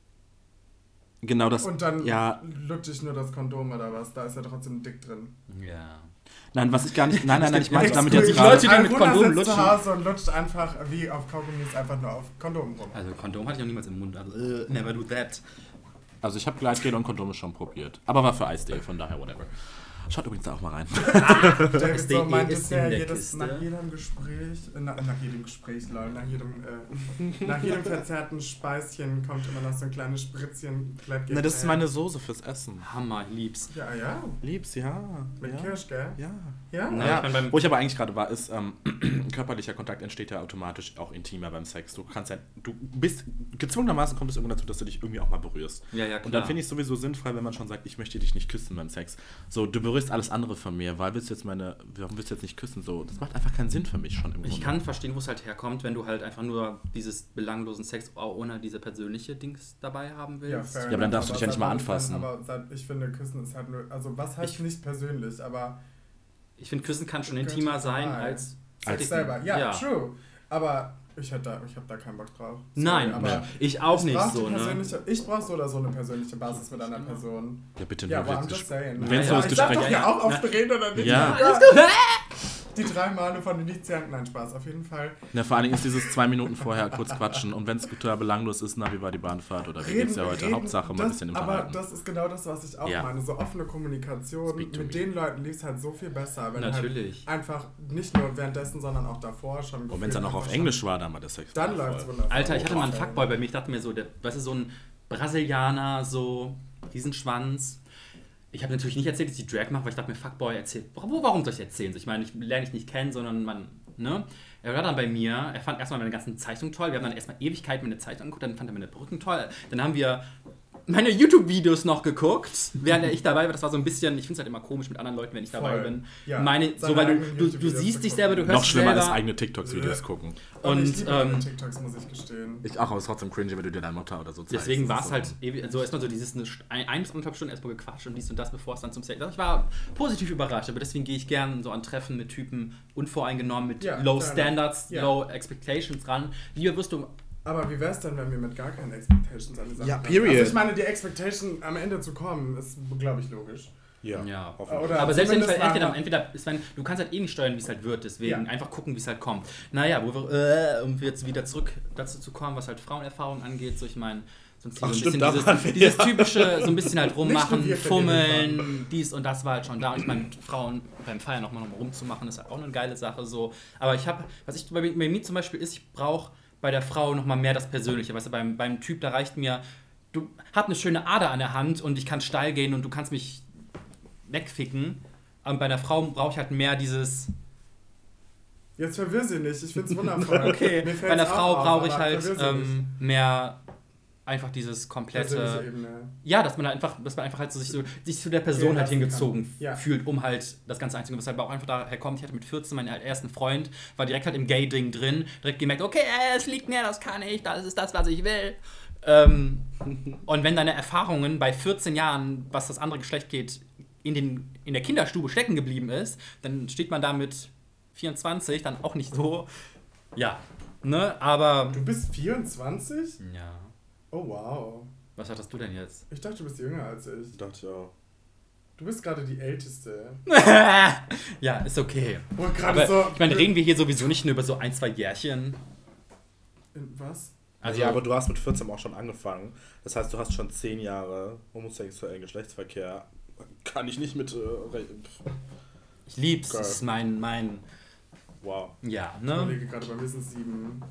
genau das... Und dann ja, lutscht dich nur das Kondom oder was, da ist ja trotzdem dick drin. Ja. nein, was ich gar nicht... Nein, nein, nein, ich meine Ex- damit Leute, jetzt die gerade... Leute, mit Aruna Kondom sitzt lutschen. zu Hause und lutscht einfach wie auf Kaugummis einfach nur auf Kondom rum. Also Kondom hatte ich noch niemals im Mund. Also, äh, never do that. Also ich habe Gleitgel und Kondome schon probiert. Aber war für Eisdee, von daher whatever. Schaut übrigens da auch mal rein. David S D E so meint ist es in ja der jedes, Kiste. nach jedem Gespräch, äh, nach, nach jedem Gespräch, lol, nach jedem, äh, nach jedem verzerrten Speischen kommt immer noch so ein kleines Spritzchen. Gleitgel. Na, das ist meine Soße fürs Essen. Hammer, ich lieb's. Ja, ja, Lieb's, ja. mit ja. Kirsch, gell? Ja. Ja? Na, Ja, ich mein, beim- wo ich aber eigentlich gerade war, ist, ähm, körperlicher Kontakt entsteht ja automatisch auch intimer beim Sex. Du kannst ja, du bist, gezwungenermaßen kommt es irgendwann dazu, dass du dich irgendwie auch mal berührst. Ja, ja, klar. Und dann finde ich es sowieso sinnfrei, wenn man schon sagt, ich möchte dich nicht küssen beim Sex. So, du berührst alles andere von mir, weil willst du jetzt meine, warum willst du jetzt nicht küssen? So, das macht einfach keinen Sinn für mich schon im Grunde. Ich kann verstehen, wo es halt herkommt, wenn du halt einfach nur dieses belanglosen Sex auch ohne diese persönliche Dings dabei haben willst. fair Ja, aber dann enough, darfst du dich ja aber nicht mal seit- anfassen. Aber seit, ich finde, Küssen ist halt nur, also was heißt Ich- nicht persönlich, aber Ich finde, Küssen kann schon Gehört intimer dabei. sein als... Sex Als- selber. Ja, ja. true. Aber ich, hätte da, ich habe da keinen Bock drauf. Sorry, Nein, aber ich auch ich nicht brauch so, die ne? persönliche- Ich brauche so oder so eine persönliche Basis mit einer Person. Ja, bitte Ja, nur aber I'm das just saying. Wenn so ja, das ich darf Gespräch- doch ja auch oft reden, oder nicht? Ja. Die drei Male von Initianten, nein, Spaß, auf jeden Fall. Ja, vor allen Dingen ist dieses zwei Minuten vorher kurz quatschen. Und wenn es total belanglos ist, na, wie war die Bahnfahrt oder wie geht's ja heute? Hauptsache mal ein bisschen Aber unterhalten. das ist genau das, was ich auch Ja. meine. So offene Kommunikation. Speak to Mit me. den Leuten lief es halt so viel besser. Wenn Natürlich. Halt einfach nicht nur währenddessen, sondern auch davor schon. Und wenn es dann auch auf Englisch war, dann war der Sex. Dann voll. läuft es wunderbar. Alter, ich hatte mal einen Okay. Fuckboy bei mir, ich dachte mir so, der, weißt du, so ein Brasilianer, so Riesenschwanz. Ich habe natürlich nicht erzählt, dass ich Drag mache, weil ich dachte mir, Fuckboy, erzähl, warum, warum soll ich erzählen? Ich meine, ich lerne dich nicht kennen, sondern man, ne? Er war dann bei mir, er fand erstmal meine ganzen Zeichnungen toll, wir haben dann erstmal Ewigkeiten meine Zeichnung angeguckt, dann fand er meine Perücken toll, dann haben wir meine YouTube-Videos noch geguckt, während ich dabei war. Das war so ein bisschen, ich finde es halt immer komisch mit anderen Leuten, wenn ich dabei Voll. bin. Ja, meine, seine so, weil du, eigenen du, du YouTube-Videos siehst dich zu selber, du gucken. hörst Noch schlimmer als selber. eigene TikToks-Videos gucken. Und ich Und, liebe ähm, meine TikToks, muss ich gestehen. Ich auch, aber es ist trotzdem cringy, wenn du dir deine Mutter oder so zeigst. Deswegen Das war ist es so- halt ewig, so erstmal so dieses eine, St- ein, ein bis anderthalb Stunden erstmal gequatscht und dies und das, bevor es dann zum Sex. Also ich war positiv überrascht, aber deswegen gehe ich gern so an Treffen mit Typen unvoreingenommen, mit Ja, Low fair Standards, enough. Ja. Low Expectations ran. Lieber wirst du. Aber wie wär's denn, wenn wir mit gar keinen Expectations an die Sache Ja, kommen? period. Also ich meine, die Expectation am Ende zu kommen, ist, glaube ich, logisch. Ja, Ja. hoffentlich. Oder Aber selbst wenn ich zumindest halt entweder, mal- entweder ist, wenn, du kannst halt eh nicht steuern, wie es halt wird, deswegen Ja. einfach gucken, wie es halt kommt. Naja, wo wir, äh, um jetzt wieder zurück dazu zu kommen, was halt Frauenerfahrung angeht, so ich meine, sonst Ach, so ein stimmt, bisschen da dieses, waren wir, dieses ja. typische, so ein bisschen halt rummachen, Nicht nur wir verlieren fummeln, dies und das war halt schon da. Und ich meine, Frauen beim Feiern nochmal noch mal rumzumachen, ist halt auch eine geile Sache so. Aber ich habe, was ich bei, bei mir zum Beispiel ist, ich brauche bei der Frau nochmal mehr das Persönliche. Weißt du, beim, beim Typ, da reicht mir, du hast eine schöne Ader an der Hand und ich kann steil gehen und du kannst mich wegficken. Und bei einer Frau brauche ich halt mehr dieses. Jetzt verwirr sie nicht, ich find's wundervoll. Okay, Mir fällt's bei einer auch Frau auf, brauche ich aber halt verwirr sie nicht. ähm, mehr einfach dieses komplette... Ja, dass man halt einfach, dass man einfach halt so sich, so, sich zu der Person halt hingezogen ja. fühlt, um halt das Ganze einzugehen, was halt auch einfach daher kommt. Ich hatte mit vierzehn meinen ersten Freund, war direkt halt im Gay-Ding drin, direkt gemerkt, okay, es liegt mir, das kann ich, das ist das, was ich will. Ähm, und wenn deine Erfahrungen bei vierzehn Jahren, was das andere Geschlecht geht, in, den, in der Kinderstube stecken geblieben ist, dann steht man da mit vierundzwanzig dann auch nicht so, ja, ne, aber... Du bist vierundzwanzig? Ja. Oh, wow. Was hattest du denn jetzt? Ich dachte, du bist jünger als ich. Ich dachte ja. Du bist gerade die Älteste. Ja, ist okay. Oh, gerade so... Ich meine, reden wir hier sowieso nicht nur über so ein, zwei Jährchen. Was? Also, ja, aber du hast mit vierzehn auch schon angefangen. Das heißt, du hast schon zehn Jahre homosexuellen Geschlechtsverkehr. Kann ich nicht mit... Äh, ich lieb's. Das ist mein... mein wow. Ja, ne? Ich überlege gerade, bei mir sind sieben...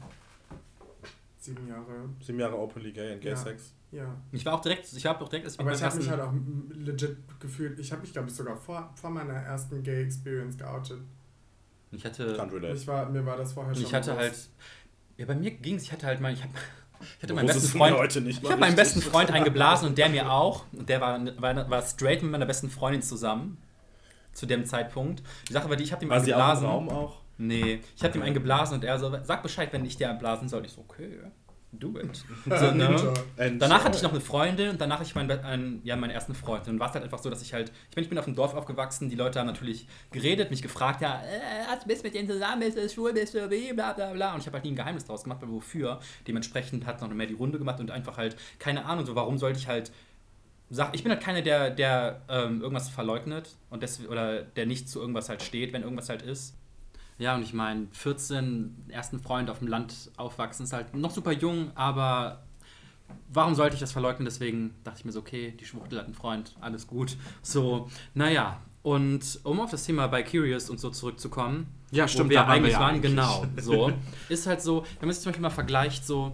Sieben Jahre. Sieben Jahre openly gay and gay ja. sex. Ja. Ich war auch direkt... Ich habe auch direkt... Aber ich habe mich halt auch legit gefühlt... Ich habe mich, glaube ich, sogar vor, vor meiner ersten Gay-Experience geoutet. Ich hatte... Ich war, mir war das vorher schon... Ich hatte halt... Ja, bei mir ging's. Ich hatte halt mal... Ich hab, Ich hatte Wo meinen besten Freund, heute nicht ich habe meinen besten Freund eingeblasen und der mir auch. Und der war, war, war straight mit meiner besten Freundin zusammen. Zu dem Zeitpunkt. Die Sache war die, ich habe ihm war eingeblasen. Sie auch im Raum auch? Nee, ich habe ihm eingeblasen und er so, sag Bescheid, wenn ich dir einblasen soll. Ich so, okay, do it. So, ne? Danach hatte ich noch eine Freundin und danach hatte ich meinen, einen, ja, meinen ersten Freund. Und dann war es halt einfach so, dass ich halt, ich bin, ich bin auf dem Dorf aufgewachsen, die Leute haben natürlich geredet, mich gefragt, ja, äh, bist mit denen zusammen, bist du schwul, bist du bi, bla bla bla. Und ich habe halt nie ein Geheimnis draus gemacht, weil wofür. Dementsprechend hat es noch mehr die Runde gemacht und einfach halt, keine Ahnung, so warum sollte ich halt, sag, ich bin halt keiner, der, der ähm, irgendwas verleugnet und des, oder der nicht zu irgendwas halt steht, wenn irgendwas halt ist. Ja, und ich meine, vierzehn, ersten Freund auf dem Land aufwachsen, ist halt noch super jung, aber warum sollte ich das verleugnen? Deswegen dachte ich mir so, okay, die Schwuchtel hat einen Freund, alles gut. So, naja, und um auf das Thema Bi-Curious und so zurückzukommen, ja, stimmt, wo wir eigentlich wir waren, eigentlich. genau, so, ist halt so, wenn man sich zum Beispiel mal vergleicht, so,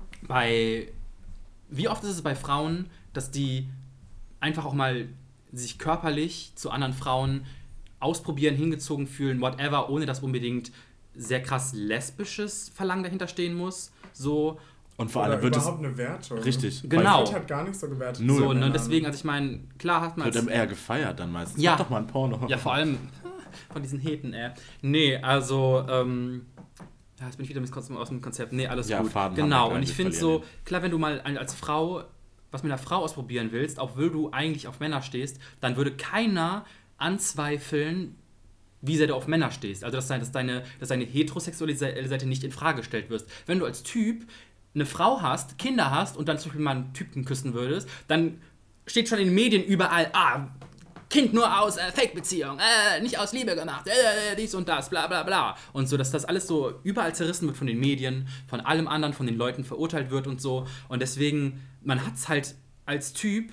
bei, wie oft ist es bei Frauen, dass die einfach auch mal sich körperlich zu anderen Frauen ausprobieren, hingezogen fühlen, whatever, ohne dass unbedingt sehr krass lesbisches Verlangen dahinter stehen muss. So. Und vor allem wird überhaupt es eine Wertung. Richtig. Genau. Es wird halt gar nicht so gewertet. Null. So, ne, deswegen, also ich meine, klar hat man... Wird eher gefeiert dann meistens. Ja. Mach doch mal ein Porno. Ja, vor allem von diesen Heten, ey. Nee, also, ähm... ja, jetzt bin ich wieder aus dem Konzept. Nee, alles ja, gut. Faden genau, und ich finde so, klar, wenn du mal als Frau was mit einer Frau ausprobieren willst, auch wenn du eigentlich auf Männer stehst, dann würde keiner anzweifeln, wie sehr du auf Männer stehst. Also, dass deine, dass deine, dass deine heterosexuelle Seite nicht in Frage gestellt wirst. Wenn du als Typ eine Frau hast, Kinder hast und dann zum Beispiel mal einen Typen küssen würdest, dann steht schon in den Medien überall, ah, Kind nur aus äh, Fake-Beziehung, äh, nicht aus Liebe gemacht, äh, dies und das, bla bla bla. Und so, dass das alles so überall zerrissen wird von den Medien, von allem anderen, von den Leuten verurteilt wird und so. Und deswegen, man hat es halt als Typ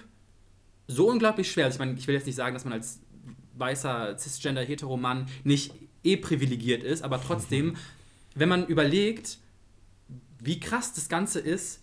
so unglaublich schwer. Also ich meine, ich will jetzt nicht sagen, dass man als weißer Cisgender-Heteromann nicht eh privilegiert ist, aber trotzdem, wenn man überlegt, wie krass das Ganze ist,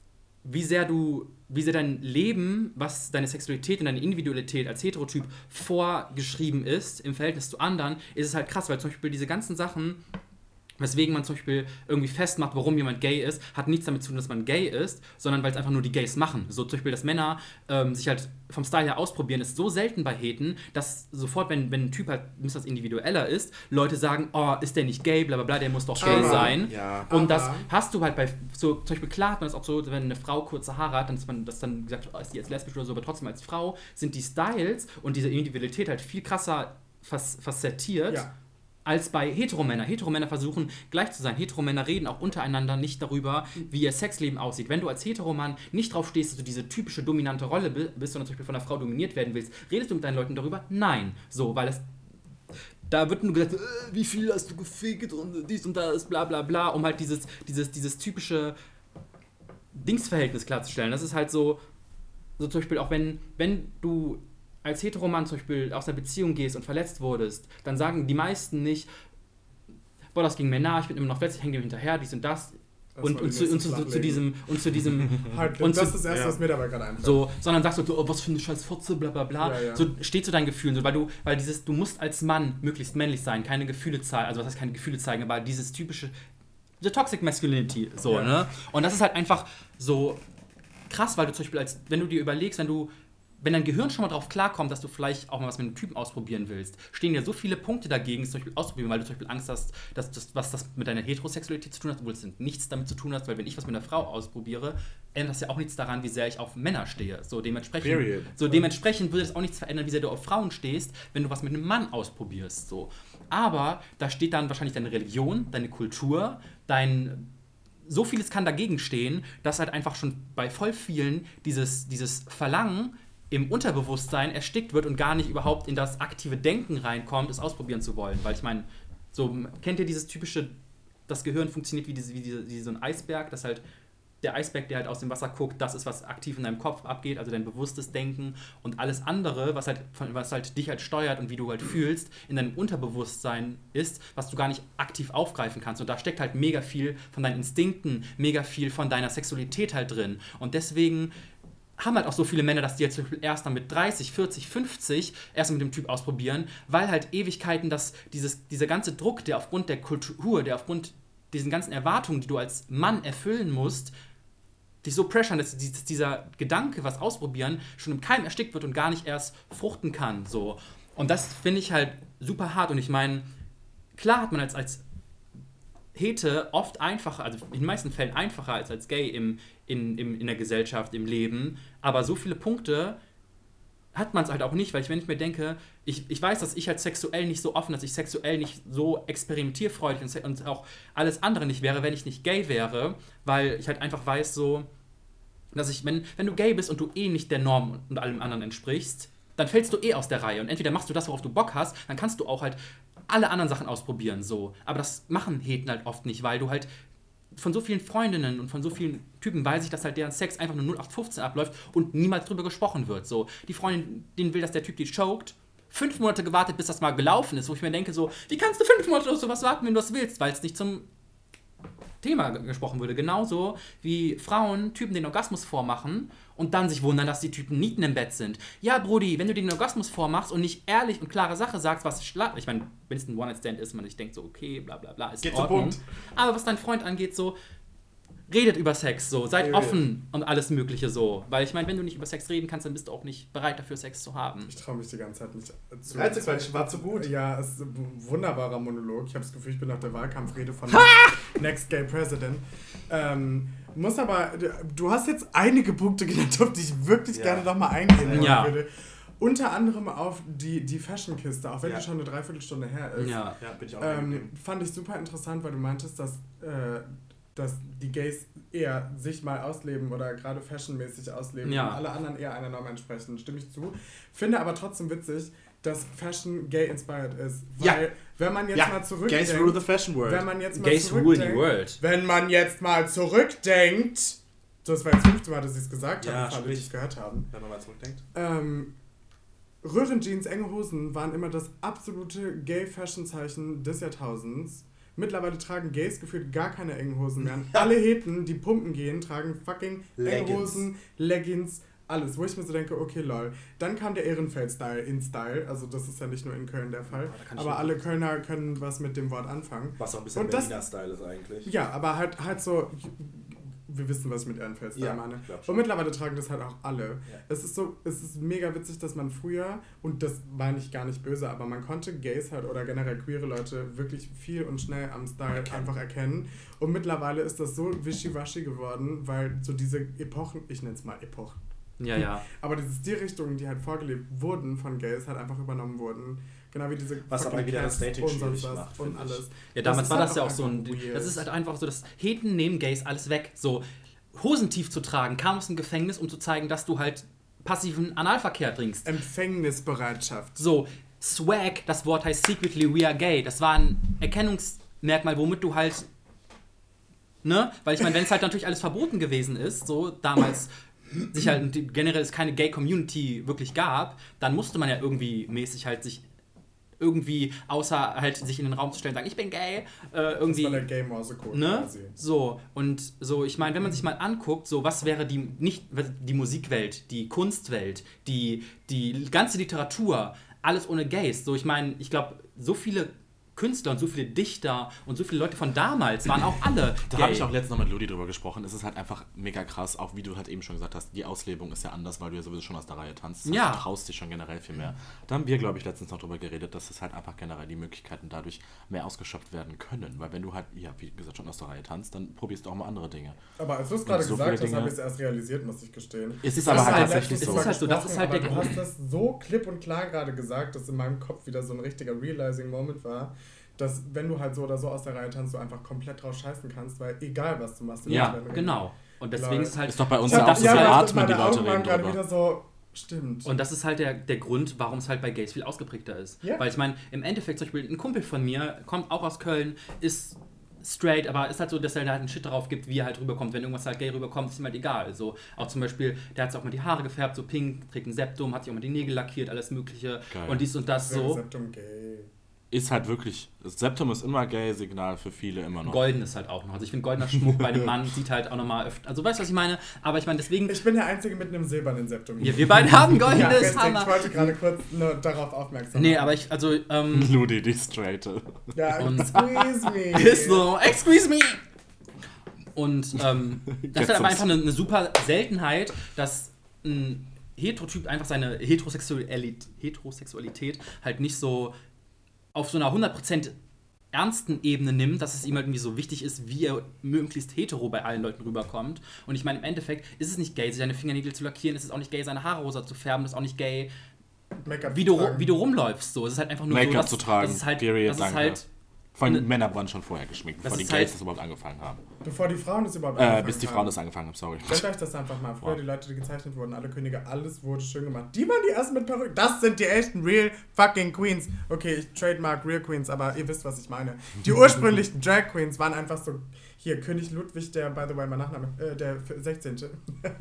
wie sehr du, wie sehr dein Leben, was deine Sexualität und deine Individualität als Heterotyp vorgeschrieben ist, im Verhältnis zu anderen, ist es halt krass, weil zum Beispiel diese ganzen Sachen, weswegen man zum Beispiel irgendwie festmacht, warum jemand gay ist, hat nichts damit zu tun, dass man gay ist, sondern weil es einfach nur die Gays machen. So zum Beispiel, dass Männer ähm, sich halt vom Style her ausprobieren, ist so selten bei Heten, dass sofort, wenn, wenn ein Typ halt ein bisschen individueller ist, Leute sagen, oh, ist der nicht gay, bla bla bla, der muss doch gay aber, sein. Ja. Und das hast du halt bei, so zum Beispiel klar hat man das auch so, wenn eine Frau kurze Haare hat, dann ist man das dann gesagt, oh, ist die jetzt lesbisch oder so, aber trotzdem als Frau sind die Styles und diese Individualität halt viel krasser fas- facettiert. Ja. Als bei Heteromänner. Heteromänner versuchen gleich zu sein. Heteromänner reden auch untereinander nicht darüber, wie ihr Sexleben aussieht. Wenn du als Heteromann nicht drauf stehst, dass du diese typische dominante Rolle bist, sondern zum Beispiel von einer Frau dominiert werden willst, redest du mit deinen Leuten darüber? Nein. So, weil es da wird nur gesagt, äh, wie viel hast du gefickt und dies und das, bla bla bla, um halt dieses, dieses, dieses typische Dingsverhältnis klarzustellen. Das ist halt so, so zum Beispiel auch wenn, wenn du als Heteromann zum Beispiel aus einer Beziehung gehst und verletzt wurdest, dann sagen die meisten nicht, boah, das ging mir nah, ich bin immer noch verletzt, ich hänge dem hinterher, dies und das. das und, und, zu, und zu, zu diesem und zu diesem halt, und das zu, ist das Erste, ja. was mir dabei gerade einfällt. So, sondern sagst du, oh, was für eine scheiß Fotze, bla bla bla. Ja, ja. So steht zu deinen Gefühlen, so, weil du, weil dieses, du musst als Mann möglichst männlich sein, keine Gefühle zeigen, also was heißt keine Gefühle zeigen, aber dieses typische, the toxic masculinity, so, ja. ne? Und das ist halt einfach so krass, weil du zum Beispiel, als, wenn du dir überlegst, wenn du wenn dein Gehirn schon mal drauf klarkommt, dass du vielleicht auch mal was mit einem Typen ausprobieren willst, stehen ja so viele Punkte dagegen, es zum Beispiel auszuprobieren, weil du zum Beispiel Angst hast, dass das, was das mit deiner Heterosexualität zu tun hat, obwohl es nichts damit zu tun hat, weil wenn ich was mit einer Frau ausprobiere, ändert das ja auch nichts daran, wie sehr ich auf Männer stehe. So dementsprechend, so dementsprechend würde es auch nichts verändern, wie sehr du auf Frauen stehst, wenn du was mit einem Mann ausprobierst. So. Aber da steht dann wahrscheinlich deine Religion, deine Kultur, dein... So vieles kann dagegen stehen, dass halt einfach schon bei voll vielen dieses, dieses Verlangen im Unterbewusstsein erstickt wird und gar nicht überhaupt in das aktive Denken reinkommt, es ausprobieren zu wollen. Weil ich meine, so kennt ihr dieses typische, das Gehirn funktioniert wie, diese, wie, diese, wie so ein Eisberg, das halt der Eisberg, der halt aus dem Wasser guckt, das ist, was aktiv in deinem Kopf abgeht, also dein bewusstes Denken und alles andere, was halt, was halt dich halt steuert und wie du halt fühlst, in deinem Unterbewusstsein ist, was du gar nicht aktiv aufgreifen kannst. Und da steckt halt mega viel von deinen Instinkten, mega viel von deiner Sexualität halt drin. Und deswegen haben halt auch so viele Männer, dass die jetzt zum Beispiel erst dann mit dreißig, vierzig, fünfzig erst mit dem Typ ausprobieren, weil halt Ewigkeiten, dass dieses, dieser ganze Druck, der aufgrund der Kultur, der aufgrund diesen ganzen Erwartungen, die du als Mann erfüllen musst, dich so pressern, dass dieser Gedanke, was ausprobieren, schon im Keim erstickt wird und gar nicht erst fruchten kann. So. Und das finde ich halt super hart. Und ich meine, klar hat man als, als Hete oft einfacher, also in den meisten Fällen einfacher als als Gay im, in, im, in der Gesellschaft, im Leben, aber so viele Punkte hat man es halt auch nicht, weil ich, wenn ich mir denke, ich, ich weiß, dass ich halt sexuell nicht so offen, dass ich sexuell nicht so experimentierfreudig und, und auch alles andere nicht wäre, wenn ich nicht gay wäre, weil ich halt einfach weiß so, dass ich, wenn, wenn du gay bist und du eh nicht der Norm und allem anderen entsprichst, dann fällst du eh aus der Reihe und entweder machst du das, worauf du Bock hast, dann kannst du auch halt alle anderen Sachen ausprobieren, so. Aber das machen Heten halt oft nicht, weil du halt von so vielen Freundinnen und von so vielen Typen weiß ich, dass halt deren Sex einfach nur null acht fünfzehn abläuft und niemals drüber gesprochen wird, so. Die Freundin, denen will, dass der Typ die choked, fünf Monate gewartet, bis das mal gelaufen ist, wo ich mir denke so, wie kannst du fünf Monate auf sowas warten, wenn du das willst, weil es nicht zum Thema gesprochen würde. Genauso wie Frauen Typen den Orgasmus vormachen und dann sich wundern, dass die Typen Nieten im Bett sind. Ja, Brudi, wenn du den Orgasmus vormachst und nicht ehrlich und klare Sache sagst, was schla- ich meine, wenn es ein One-Night-Stand ist, man sich denkt so, okay, bla bla bla, ist in Ordnung. Geht zum Punkt. Aber was dein Freund angeht, so, redet über Sex, so, seid ja, offen ja. und alles Mögliche so. Weil ich meine, wenn du nicht über Sex reden kannst, dann bist du auch nicht bereit dafür, Sex zu haben. Ich traue mich die ganze Zeit nicht zu. Also, Quatsch, war zu gut. Ja, es ist ein wunderbarer Monolog. Ich habe das Gefühl, ich bin nach der Wahlkampfrede von Next Gay President. Ähm, muss aber, du hast jetzt einige Punkte genannt, auf die ich wirklich ja. gerne nochmal eingehen ja. würde. Unter anderem auf die, die Fashion-Kiste, auch wenn ja. die schon eine Dreiviertelstunde her ist. Ja, ja bin ich auch ähm, fand ich super interessant, weil du meintest, dass äh, dass die Gays eher sich mal ausleben oder gerade fashionmäßig ausleben ja. und alle anderen eher einer Norm entsprechen. Stimme ich zu. Finde aber trotzdem witzig, dass Fashion gay-inspired ist. Weil, ja. wenn man jetzt ja. mal zurückdenkt... Gays rule the fashion world. Wenn man jetzt mal Gays rule the world. Wenn man jetzt mal zurückdenkt... Das war jetzt fünfte Mal, dass ich es gesagt ja, habe, bevor wir es gehört haben. Wenn man mal zurückdenkt. Ähm, Röhrenjeans, enge Hosen waren immer das absolute Gay-Fashion-Zeichen des Jahrtausends. Mittlerweile tragen Gays gefühlt gar keine engen Hosen mehr. Alle Heten, die pumpen gehen, tragen fucking enge Hosen, Leggings, alles. Wo ich mir so denke, okay, lol. Dann kam der Ehrenfeld-Style in Style. Also das ist ja nicht nur in Köln der Fall. Ja, aber alle Kölner können was mit dem Wort anfangen. Was auch ein bisschen Berliner-Style ist eigentlich. Ja, aber halt, halt so... Wir wissen, was ich mit Ehrenfeld-Style ja, meine. Und mittlerweile tragen das halt auch alle. Ja. Es ist so, es ist mega witzig, dass man früher, und das meine ich gar nicht böse, aber man konnte Gays halt oder generell queere Leute wirklich viel und schnell am Style erkennen. einfach erkennen. Und mittlerweile ist das so wischiwaschi geworden, weil so diese Epochen, ich nenne es mal Epochen. Ja, ja. Aber diese Stilrichtungen, die halt vorgelebt wurden von Gays, halt einfach übernommen wurden. Genau wie diese was aber wieder das Dating schwierig macht und alles. Ja, damals das war halt das ja auch so ein weird. Das ist halt einfach so, dass Heten nehmen Gays alles weg. So hosentief zu tragen, kam aus dem Gefängnis, um zu zeigen, dass du halt passiven Analverkehr trinkst. Empfängnisbereitschaft. So, Swag, das Wort heißt secretly we are gay. Das war ein Erkennungsmerkmal, womit du halt, ne? Weil ich meine, wenn es halt natürlich alles verboten gewesen ist, so damals sich halt generell es keine Gay-Community wirklich gab, dann musste man ja irgendwie mäßig halt sich irgendwie, außer halt sich in den Raum zu stellen und sagen, ich bin gay, äh, irgendwie... Das war der Gay-Morsecode ne? quasi. So, und so, ich meine, wenn man sich mal anguckt, so, was wäre die, nicht die Musikwelt, die Kunstwelt, die, die ganze Literatur, alles ohne Gays, so, ich meine, ich glaube, so viele Künstler und so viele Dichter und so viele Leute von damals waren auch alle Da gay. habe ich auch letztens noch mit Ludi drüber gesprochen. Es ist halt einfach mega krass, auch wie du halt eben schon gesagt hast, die Auslebung ist ja anders, weil du ja sowieso schon aus der Reihe tanzt. Das Ja. heißt, du traust dich schon generell viel mehr. Da haben wir, glaube ich, letztens noch drüber geredet, dass es halt einfach generell die Möglichkeiten dadurch mehr ausgeschöpft werden können. Weil wenn du halt, ja, wie gesagt, schon aus der Reihe tanzt, dann probierst du auch mal andere Dinge. Aber als du es gerade so gesagt hast, Dinge- habe ich es erst realisiert, muss ich gestehen. Es ist Das aber halt halt tatsächlich letztens so. Es ist halt so, das ist halt der aber Grund. Du hast das so klipp und klar gerade gesagt, dass in meinem Kopf wieder so ein richtiger Realizing-Moment war, dass wenn du halt so oder so aus der Reihe tanzt, du einfach komplett drauf scheißen kannst, weil egal was du machst. Du Ja, wirst, wenn du genau. Und deswegen Leute. ist es halt... Ist doch bei uns Ich ja hab- auch so ja, viel weil Atmen, meine die Leute Augen waren reden gerade drüber. wieder so, stimmt. Und das ist halt der, der Grund, warum es halt bei Gays viel ausgeprägter ist. Ja. Weil ich meine, im Endeffekt zum Beispiel ein Kumpel von mir, kommt auch aus Köln, ist straight, aber ist halt so, dass er da halt einen Shit drauf gibt, wie er halt rüberkommt. Wenn irgendwas halt gay rüberkommt, ist ihm halt egal. So, auch zum Beispiel, der hat sich auch mal die Haare gefärbt, so pink, trägt ein Septum, hat sich auch mal die Nägel lackiert, alles mögliche. Geil. Und dies und das so. Septum gay. Ist halt wirklich, das Septum ist immer gay-Signal für viele immer noch. Golden ist halt auch noch. Also ich finde, goldener Schmuck bei einem Mann sieht halt auch nochmal öfter. Also weißt du, was ich meine? Aber ich meine, deswegen... Ich bin der Einzige mit einem silbernen Septum. Ja, wir beide haben Ja, goldenes richtig, Hammer. ich wollte gerade kurz nur darauf aufmerksam Nee, machen. aber ich, also, ähm... Ludi, die Straighte. Ja, Und- squeeze me. Ist so, excuse me! Und ähm, das ist halt aber Jetzt einfach eine, eine super Seltenheit, dass ein Heterotyp einfach seine Heterosexualität, Heterosexualität halt nicht so auf so einer hundert Prozent ernsten Ebene nimmt, dass es ihm halt irgendwie so wichtig ist, wie er möglichst hetero bei allen Leuten rüberkommt. Und ich meine, im Endeffekt ist es nicht gay, sich seine Fingernägel zu lackieren, ist es auch nicht gay, seine Haare rosa zu färben, ist auch nicht gay, Make-up wie zu du, tragen. wie du rumläufst. So. Es ist halt einfach nur Make-up so, dass, zu tragen, dass es halt, period, dass es danke. halt Vor allem Ne- Männer waren schon vorher geschminkt, Das bevor die ist Gays halt- das überhaupt angefangen haben. Bevor die Frauen das überhaupt Äh, angefangen bis die haben. Frauen das angefangen haben, sorry. Stellt euch das einfach mal. Früher Wow. die Leute, die gezeichnet wurden, alle Könige, alles wurde schön gemacht. Die waren die ersten mit Perücken. Das sind die echten real fucking Queens. Okay, ich trademark Real Queens, aber ihr wisst, was ich meine. Die ursprünglichen Drag Queens waren einfach so... Hier, König Ludwig, der, by the way, mein Nachname, äh, der sechzehnte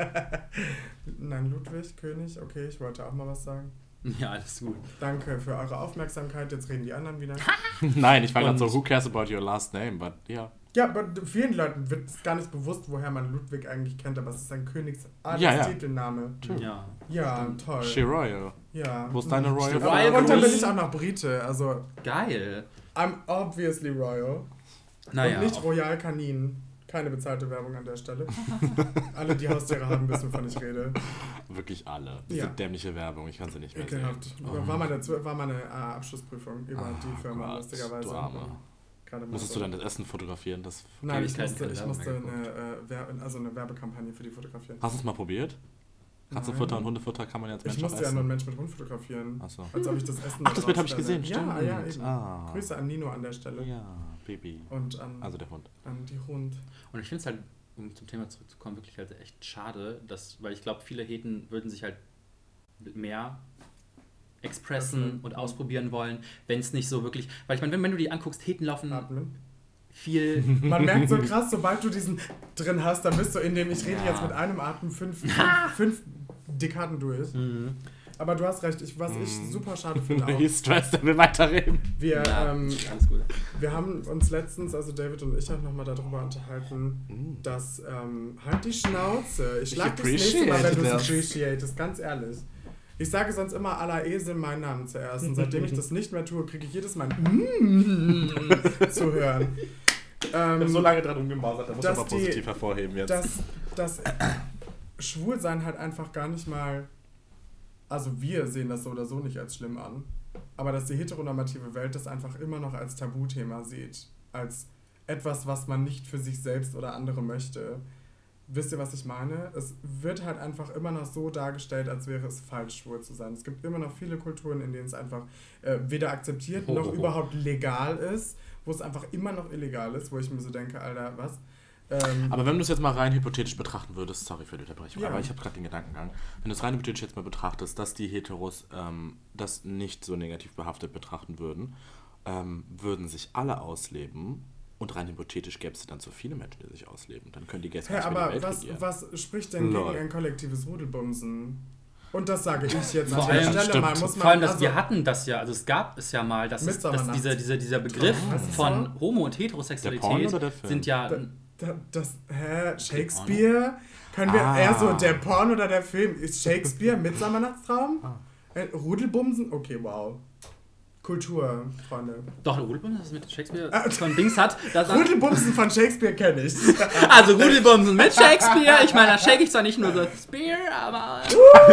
Nein, Ludwig, König, okay, ich wollte auch mal was sagen. Ja, alles gut. Danke für eure Aufmerksamkeit, jetzt reden die anderen wieder. Nein, ich war gerade Und- so, who cares about your last name, but ja. Ja, aber vielen Leuten wird es gar nicht bewusst, woher man Ludwig eigentlich kennt, aber es ist ein Ja, ja. Königsadels-Titelname. Ja. Ja, toll. She Royal. Ja. Wo ist deine Royal Aber Royal und dann bin Queen? ich auch noch Brite, also Geil. I'm obviously royal. Naja. Und nicht Royal Kanin. Keine bezahlte Werbung an der Stelle. Alle, die Haustiere haben, wissen, wovon ich rede. Wirklich alle. Diese Ja. dämliche Werbung, ich kann sie nicht mehr Ekelhaft. sehen. War meine, war meine äh, Abschlussprüfung über Oh die Firma, Gott, lustigerweise. du Arme. Gerade mal Musstest so. du dann das Essen fotografieren? Das Nein, ich Ewigkeiten musste, keine ich Werbung musste mehr eine, äh, Werbe, also eine Werbekampagne für die fotografieren. Hast du es mal probiert? Katzenfutter und Hundefutter kann man jetzt Ich Mensch musste auch ja nur einen essen. Mensch mit Hund fotografieren. Achso. Als ob ich das Essen Ach, das Bild habe ich rausstelle. gesehen, Ja, stimmt. ja, eben. Ah. Grüße an Nino an der Stelle. Ja, Baby. Und an, Also der Hund. an die Hund. Und ich finde es halt, um zum Thema zurückzukommen, wirklich halt echt schade, dass, weil ich glaube, viele Heten würden sich halt mehr expressen Öffnen. und ausprobieren wollen, wenn es nicht so wirklich, weil ich meine, wenn, wenn du die anguckst, Heten laufen Atmen. viel, Man merkt so krass, sobald du diesen drin hast, dann bist du in dem, ich rede Ja. jetzt mit einem Atem fünf, fünf, fünf Dekaden durch. mhm. Aber du hast recht, ich, was ich super schade finde auch. He's stressed, er will weiterreden. Wir, ja, ähm, alles gut. wir haben uns letztens, also David und ich, auch nochmal darüber unterhalten, Mm. dass, ähm, halt die Schnauze. Ich Ich schlag dich das nächste Mal, wenn du es appreciate das. appreciatest, ganz ehrlich. Ich sage sonst immer à la Esel meinen Namen zuerst und seitdem ich das nicht mehr tue, kriege ich jedes Mal ein zu hören. Ähm, so lange dran rumgemausert, da muss dass aber die- positiv hervorheben jetzt. dass, dass Schwulsein halt einfach gar nicht mal, also wir sehen das so oder so nicht als schlimm an, aber dass die heteronormative Welt das einfach immer noch als Tabuthema sieht, als etwas, was man nicht für sich selbst oder andere möchte. Wisst ihr, was ich meine? Es wird halt einfach immer noch so dargestellt, als wäre es falsch, schwul zu sein. Es gibt immer noch viele Kulturen, in denen es einfach äh, weder akzeptiert Ho, noch ho, ho. überhaupt legal ist, wo es einfach immer noch illegal ist, wo ich mir so denke, Alter, was? Ähm, Aber wenn du es jetzt mal rein hypothetisch betrachten würdest, sorry für die Unterbrechung, Ja. aber ich habe gerade den Gedankengang, wenn du es rein hypothetisch jetzt mal betrachtest, dass die Heteros ähm, das nicht so negativ behaftet betrachten würden, ähm, würden sich alle ausleben und rein hypothetisch gäbe es dann so viele Menschen, die sich ausleben. Dann können die Gäste ja, nicht mehr die aber Welt was, regieren. was spricht denn Lol. gegen ein kollektives Rudelbumsen? Und das sage ich jetzt Vor an der allem- Stelle stimmt. mal. Muss man, Vor allem, dass also, wir hatten das ja, also es gab es ja mal, dass, es, dass Midsommernacht. dieser, dieser, dieser Begriff Heißt es von so? Homo- und Der Heterosexualität Porno oder der Film? sind ja... Da, da, das, hä? Shakespeare? Können wir Ah. eher so, der Porn oder der Film? Ist Shakespeare Midsommernachtstraum? Ah. Äh, Rudelbumsen? Okay, wow. Kultur, Freunde. Doch, Rudelbumsen, das mit Shakespeare von Dings hat. Rudelbumsen von Shakespeare kenne ich. Also Rudelbumsen mit Shakespeare. Ich meine, da shake ich zwar nicht nur so Spear, aber...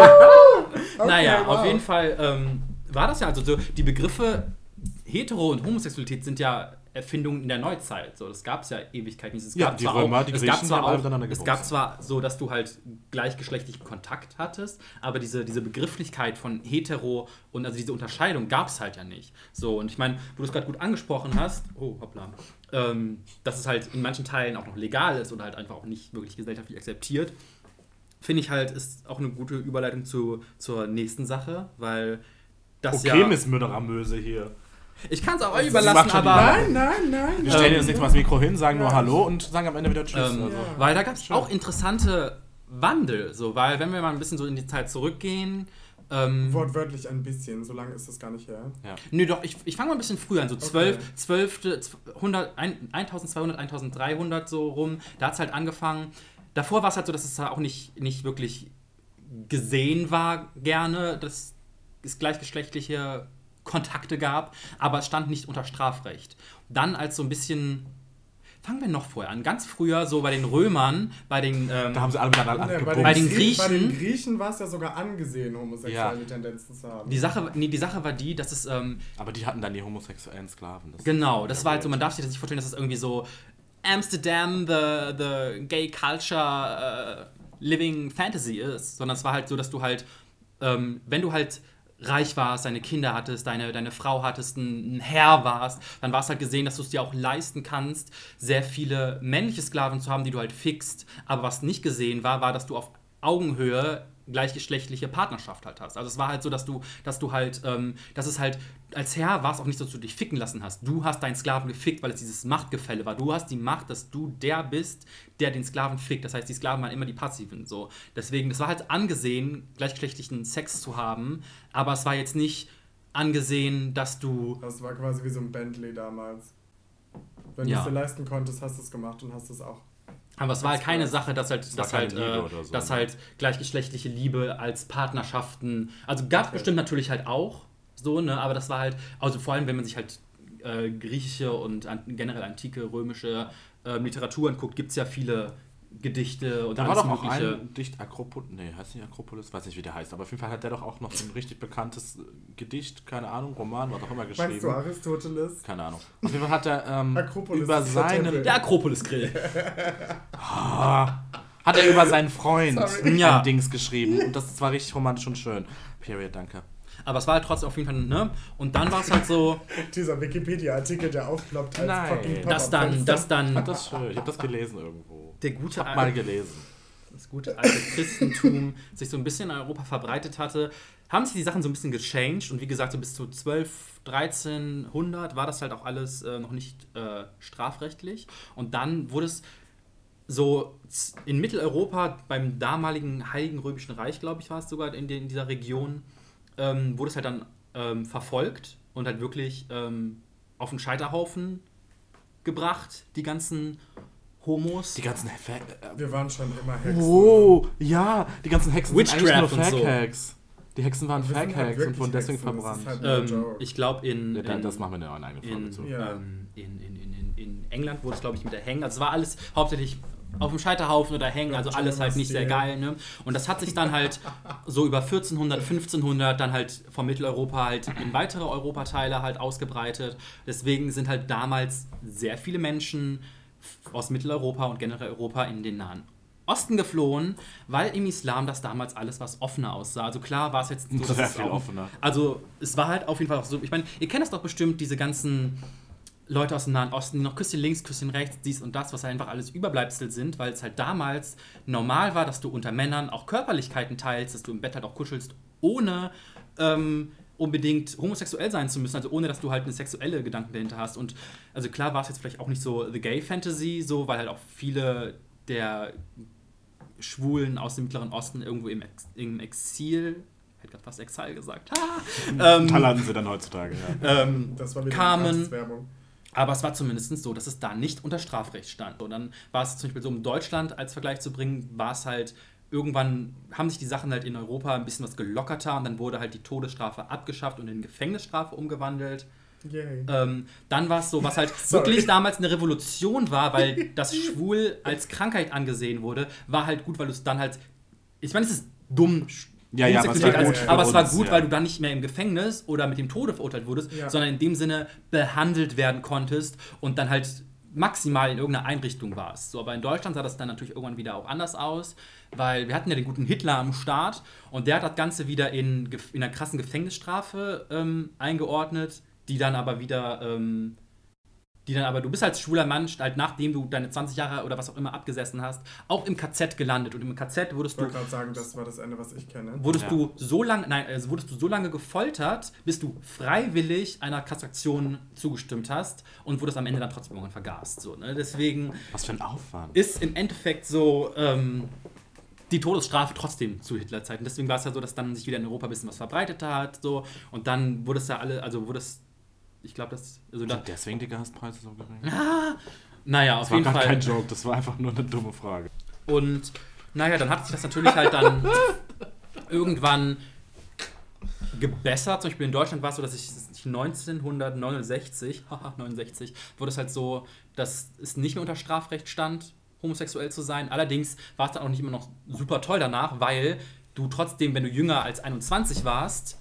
Okay, naja, wow. auf jeden Fall ähm, war das ja also so, die Begriffe Hetero- und Homosexualität sind ja Erfindungen in der Neuzeit. So, das gab es ja Ewigkeiten. Es Ja, gab die zwar Römer, auch, die es Griechen, gab zwar die haben alle auch, miteinander es gebumst. gab zwar so, dass du halt gleichgeschlechtlichen Kontakt hattest, aber diese, diese Begrifflichkeit von Hetero und also diese Unterscheidung gab es halt ja nicht. So, und ich meine, wo du es gerade gut angesprochen hast, oh, hoppla, ähm, dass es halt in manchen Teilen auch noch legal ist und halt einfach auch nicht wirklich gesellschaftlich akzeptiert, finde ich halt, ist auch eine gute Überleitung zu, zur nächsten Sache, weil das Okay, ja... Miss Münnerer-Möse hier. Ich kann es auch euch Sie überlassen, macht schon die aber... Nein, nein, nein. Wir stellen nein. dir das nächste Mal das Mikro hin, sagen Ja. nur Hallo und sagen am Ende wieder Tschüss. Ähm, also. Ja. Weil da gab es auch interessante Wandel, so, weil wenn wir mal ein bisschen so in die Zeit zurückgehen... Ähm, Wortwörtlich ein bisschen, so lange ist das gar nicht her. Ja. Nö, doch, ich, ich fange mal ein bisschen früher an, so zwölf, Okay. zwölf, hundert, eintausendzweihundert, eintausenddreihundert so rum, da hat es halt angefangen. Davor war es halt so, dass es halt auch nicht, nicht wirklich gesehen war gerne, dass es gleichgeschlechtliche Kontakte gab, aber es stand nicht unter Strafrecht. Dann als so ein bisschen, fangen wir noch vorher an, ganz früher so bei den Römern, bei den... Ähm, Da haben sie alle miteinander Ja, abgebumst. Bei den Grie- Griechen- Bei den Griechen war es ja sogar angesehen, homosexuelle Ja. Tendenzen zu haben. die, Sache, nee, die Sache war die, dass es... Ähm, Aber die hatten dann die homosexuellen Sklaven. Das Genau, ist das war halt so, man darf sich das nicht vorstellen, dass es irgendwie so Amsterdam, the, the gay culture uh, living fantasy ist, sondern es war halt so, dass du halt, ähm, wenn du halt reich warst, deine Kinder hattest, deine, deine Frau hattest, ein, ein Herr warst, dann war es halt gesehen, dass du es dir auch leisten kannst, sehr viele männliche Sklaven zu haben, die du halt fixt. Aber was nicht gesehen war, war, dass du auf Augenhöhe gleichgeschlechtliche Partnerschaft halt hast. Also es war halt so, dass du, dass du halt, ähm, dass es halt, als Herr war es auch nicht so, dass du dich ficken lassen hast. Du hast deinen Sklaven gefickt, weil es dieses Machtgefälle war. Du hast die Macht, dass du der bist, der den Sklaven fickt. Das heißt, die Sklaven waren immer die Passiven. So. Deswegen, das war halt angesehen, gleichgeschlechtlichen Sex zu haben, aber es war jetzt nicht angesehen, dass du... Das war quasi wie so ein Bentley damals. Wenn Ja. du es dir leisten konntest, hast du es gemacht und hast es auch. Aber es war halt keine Sache, dass halt, war dass keine halt, Liebe äh, oder so, dass ne? halt gleichgeschlechtliche Liebe als Partnerschaften, also gab es Okay. bestimmt natürlich halt auch so, ne, aber das war halt, also vor allem, wenn man sich halt äh, griechische und an, generell antike römische äh, Literatur anguckt, gibt es ja viele Gedichte und Da war alles doch auch mögliche. ein Dicht Akropolis, nee, heißt nicht Akropolis, weiß nicht, wie der heißt, aber auf jeden Fall hat der doch auch noch so ein richtig bekanntes Gedicht, keine Ahnung, Roman, was auch immer geschrieben. Meinst du Aristoteles? Keine Ahnung. Auf jeden Fall hat er ähm, Akropolis über ist der seinen Tempel. Der Akropolis-Grill. Ah, hat er über seinen Freund Sorry. Ja. ein Dings geschrieben und das war richtig romantisch und schön. Period, danke. Aber es war halt trotzdem auf jeden Fall, ne? Und dann war es halt so, Dieser Wikipedia-Artikel, der aufploppt als Nein. fucking dass dann, Pop-up-Fenster. dass dann Hat das schön. Ich habe das gelesen irgendwo. der gute Hab mal gelesen. das gute alte Christentum sich so ein bisschen in Europa verbreitet hatte, haben sich die Sachen so ein bisschen gechanged und wie gesagt, so bis zu zwölf, dreizehnhundert war das halt auch alles äh, noch nicht äh, strafrechtlich und dann wurde es so z- in Mitteleuropa beim damaligen Heiligen Römischen Reich, glaube ich, war es sogar in, den, in dieser Region, ähm, wurde es halt dann ähm, verfolgt und halt wirklich ähm, auf den Scheiterhaufen gebracht, die ganzen Homos. Die ganzen Fa äh, Wir waren schon immer Hexen. Oh, ja, die ganzen Hexen Witchcraft sind eigentlich und nur so. Fake-Hacks. Die Hexen waren Wir sind halt Fake-Hacks und wirklich wurden deswegen Hexen, das verbrannt. ist halt no Ähm, joke. ich glaube, in, Ja, dann- in, das machen wir in einer eigenen Folge in, zu. Ja. ähm, in, in, in, in, in England wurde es, glaube ich, mit der Hängen. Also es war alles hauptsächlich auf dem Scheiterhaufen oder Hängen, also alles halt nicht sehr geil. Ne? Und das hat sich dann halt so über vierzehnhundert, fünfzehnhundert dann halt von Mitteleuropa halt in weitere Europateile halt ausgebreitet. Deswegen sind halt damals sehr viele Menschen aus Mitteleuropa und generell Europa in den Nahen Osten geflohen, weil im Islam das damals alles was offener aussah. Also klar war es jetzt so, dass Sehr es viel auch, offener. also es war halt auf jeden Fall auch so, ich meine, ihr kennt das doch bestimmt, diese ganzen Leute aus dem Nahen Osten, die noch Küsschen links, Küsschen rechts, dies und das, was einfach alles Überbleibsel sind, weil es halt damals normal war, dass du unter Männern auch Körperlichkeiten teilst, dass du im Bett halt auch kuschelst, ohne ähm, unbedingt homosexuell sein zu müssen, also ohne, dass du halt eine sexuelle Gedanken dahinter hast. Und also klar war es jetzt vielleicht auch nicht so The Gay Fantasy, so, weil halt auch viele der Schwulen aus dem Mittleren Osten irgendwo im, Ex im Exil, ich hätte gerade fast Exil gesagt, ha, ähm, Da landen sie dann heutzutage, ja. ähm, Das war wieder kamen. Werbung. Aber es war zumindest so, dass es da nicht unter Strafrecht stand. Und dann war es zum Beispiel so, um Deutschland als Vergleich zu bringen, war es halt irgendwann haben sich die Sachen halt in Europa ein bisschen was gelockerter und dann wurde halt die Todesstrafe abgeschafft und in Gefängnisstrafe umgewandelt. Ähm, dann war es so, was halt wirklich damals eine Revolution war, weil das schwul als Krankheit angesehen wurde, war halt gut, weil du es dann halt, ich meine, es ist dumm, ja, ja, aber es war gut, als, aber es war gut ja. weil du dann nicht mehr im Gefängnis oder mit dem Tode verurteilt wurdest, ja. sondern in dem Sinne behandelt werden konntest und dann halt maximal in irgendeiner Einrichtung warst. So, aber in Deutschland sah das dann natürlich irgendwann wieder auch anders aus, weil wir hatten ja den guten Hitler am Start und der hat das Ganze wieder in, in einer krassen Gefängnisstrafe ähm, eingeordnet, die dann aber wieder, ähm, die dann aber, du bist als schwuler Mann, halt nachdem du deine zwanzig Jahre oder was auch immer abgesessen hast, auch im K Z gelandet. Und im K Z wurdest du... Ich wollte gerade sagen, das war das Ende, was ich kenne. Wurdest ja. du so lange, nein, also wurdest du so lange gefoltert, bis du freiwillig einer Kastration zugestimmt hast und wurdest am Ende dann trotzdem irgendwann vergast. So, ne? Deswegen... Was für ein Aufwand. Ist im Endeffekt so... Ähm, die Todesstrafe trotzdem zu Hitlerzeiten. Deswegen war es ja so, dass dann sich wieder in Europa ein bisschen was verbreitet hat. So, und dann wurde es ja alle, also wurde es, ich glaube, das... Also da, deswegen die Gaspreise so gering? Ah, naja, auf jeden Fall. Das war kein Joke, das war einfach nur eine dumme Frage. Und naja, dann hat sich das natürlich halt dann irgendwann gebessert. Zum Beispiel in Deutschland war es so, dass ich neunzehnhundertneunundsechzig, haha, neunundsechzig, wurde es halt so, dass es nicht mehr unter Strafrecht stand, homosexuell zu sein. Allerdings war es dann auch nicht immer noch super toll danach, weil du trotzdem, wenn du jünger als einundzwanzig warst,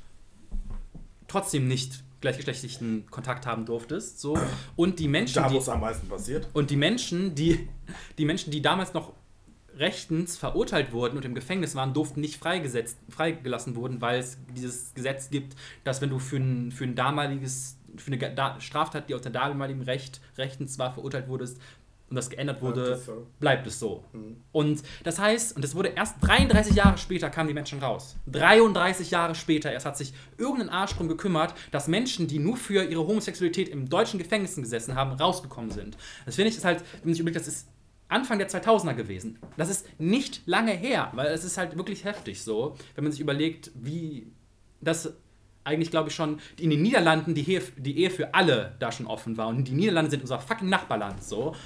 trotzdem nicht gleichgeschlechtlichen Kontakt haben durftest. So. Und die Menschen, da, die, wo es am meisten passiert. Und die Menschen, die, die Menschen, die damals noch rechtens verurteilt wurden und im Gefängnis waren, durften nicht freigesetzt, freigelassen wurden, weil es dieses Gesetz gibt, dass wenn du für ein, für ein damaliges, für eine Straftat, die aus der damaligen Recht rechtens war, verurteilt wurdest, und das geändert wurde, bleibt es so. Bleibt es so. Mhm. Und das heißt, und das wurde erst dreiunddreißig Jahre später kamen die Menschen raus. dreiunddreißig Jahre später erst hat sich irgendein Arsch drum gekümmert, dass Menschen, die nur für ihre Homosexualität im deutschen Gefängnissen gesessen haben, rausgekommen sind. Das finde ich, ist halt, wenn man sich überlegt, das ist Anfang der zweitausender gewesen. Das ist nicht lange her, weil es ist halt wirklich heftig so, wenn man sich überlegt, wie das eigentlich, glaube ich, schon in den Niederlanden die Ehe, die Ehe für alle da schon offen war. Und die Niederlande sind unser fucking Nachbarland so.